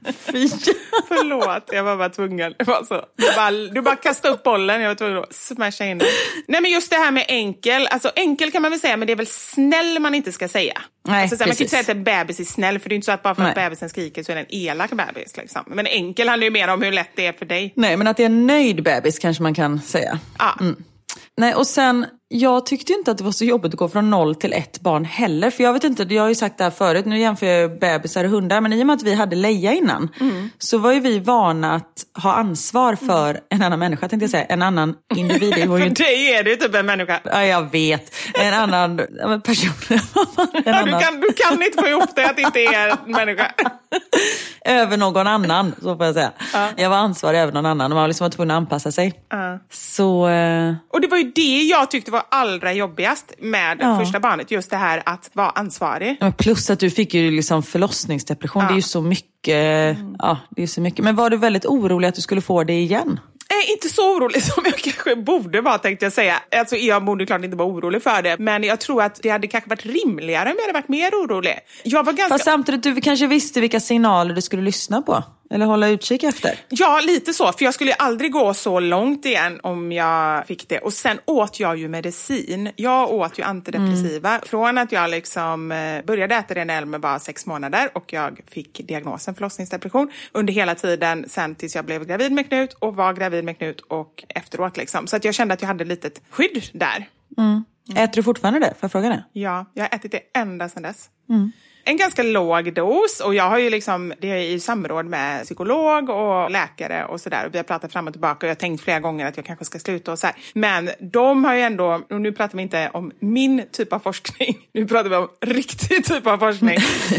Förlåt, jag var bara tvungen. Det var så. Du bara kastade upp bollen, jag var tvungen att smasha in den. Nej, men just det här med enkel. Alltså enkel kan man väl säga, men det är väl snäll man inte ska säga. Nej, alltså, man kan inte säga att en bebis är snäll, för det är inte så att bara för att bebisen skriker så är det en elak bebis. Liksom. Men enkel handlar ju mer om hur lätt det är för dig. Nej, men att det är en nöjd bebis kanske man kan säga. Ja. Nej, och sen, jag tyckte inte att det var så jobbigt att gå från 0 till 1 barn heller. För jag vet inte, jag har ju sagt det här förut, nu jämför jag bebisar och hundar. Men i och med att vi hade Leia innan, så var ju vi vana att ha ansvar för en annan människa, tänkte jag säga. En annan individ. För dig är det typ en människa. Ja, jag vet. En annan person. Du kan inte få ihop det att det inte är en människa. Över någon annan, så får jag säga. Jag var ansvarig över någon annan och man var liksom tvungen att anpassa sig. Så... Och det var ju det jag tyckte var allra jobbigast med första barnet. Just det här att vara ansvarig. Ja, plus att du fick ju liksom förlossningsdepression. Det är ju så mycket. Ja, det är så mycket. Men var du väldigt orolig att du skulle få det igen? Inte så orolig som jag kanske borde vara, tänkte jag säga. Alltså, jag borde klart inte vara orolig för det. Men jag tror att det hade kanske varit rimligare om jag hade varit mer orolig. Jag var ganska... Fast samtidigt, du kanske visste vilka signaler du skulle lyssna på. Eller hålla utkik efter. Ja, lite så. För jag skulle aldrig gå så långt igen om jag fick det. Och sen åt jag ju medicin. Jag åt ju antidepressiva. Från att jag liksom började äta det när Elmer var 6 månader. Och jag fick diagnosen förlossningsdepression. Under hela tiden sen tills jag blev gravid med Knut. Och var gravid med Knut och efteråt liksom. Så att jag kände att jag hade ett litet skydd där. Äter du fortfarande det? Får jag fråga det? Ja, jag har ätit det ända sedan dess. En ganska låg dos, och jag har ju liksom, det är i samråd med psykolog och läkare och sådär, och vi har pratat fram och tillbaka och jag har tänkt flera gånger att jag kanske ska sluta och så här. Men de har ju ändå, och nu pratar vi inte om min typ av forskning, nu pratar vi om riktig typ av forskning.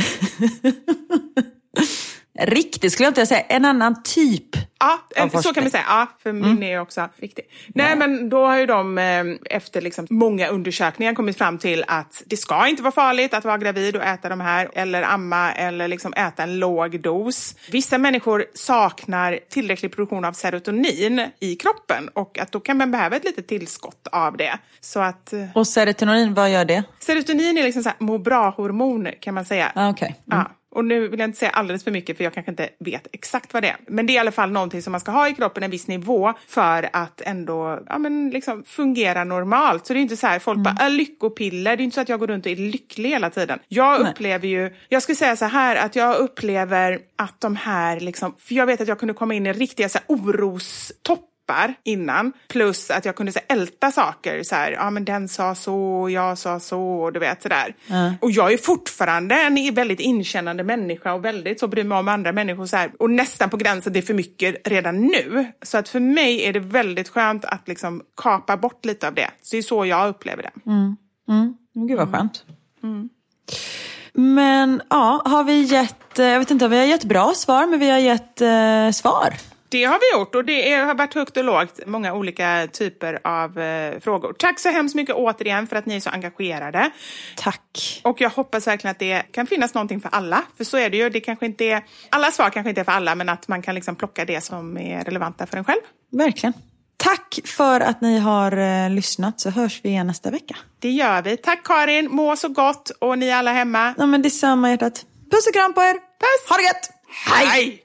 Riktigt skulle jag inte säga, en annan typ. Ja, så kan man säga. Ja, för min är också riktig. Nej, men då har ju de efter liksom många undersökningar kommit fram till att det ska inte vara farligt att vara gravid och äta de här, eller amma, eller liksom äta en låg dos. Vissa människor saknar tillräcklig produktion av serotonin i kroppen, och att då kan man behöva ett litet tillskott av det. Så att... Och serotonin, vad gör det? Serotonin är liksom så här må bra-hormon, kan man säga. Okej. Ja. Och nu vill jag inte säga alldeles för mycket, för jag kanske inte vet exakt vad det är. Men det är i alla fall någonting som man ska ha i kroppen en viss nivå för att ändå liksom fungera normalt. Så det är inte så här, folk bara, lyckopiller. Det är inte så att jag går runt och är lycklig hela tiden. Jag upplever ju, jag skulle säga så här, att jag upplever att de här liksom, för jag vet att jag kunde komma in i riktiga så här orostopp innan, plus att jag kunde så älta saker så här, ja men den sa så, jag sa så, du vet sådär. Och jag är fortfarande en väldigt inkännande människa och väldigt så bryr mig om andra människor så här, och nästan på gränsen det är för mycket redan nu. Så att för mig är det väldigt skönt att liksom kapa bort lite av det. Så det är så jag upplever det. Gud vad skönt. Men ja, har vi gett, jag vet inte om vi har gett bra svar, men vi har gett svar. Det har vi gjort, och det har varit högt och lågt. Många olika typer av frågor. Tack så hemskt mycket återigen för att ni är så engagerade. Tack. Och jag hoppas verkligen att det kan finnas någonting för alla. För så är det ju. Det kanske inte är, alla svar kanske inte är för alla, men att man kan liksom plocka det som är relevanta för en själv. Verkligen. Tack för att ni har lyssnat, så hörs vi igen nästa vecka. Det gör vi. Tack Karin, må så gott, och ni alla hemma. Ja, men det är samma hjärtat. Puss och kram på er. Puss. Ha det gött. Hej.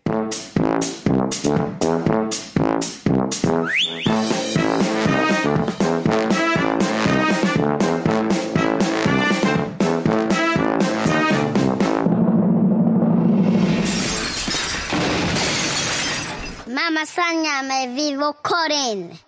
Mamma slangar mig Vivo Karin.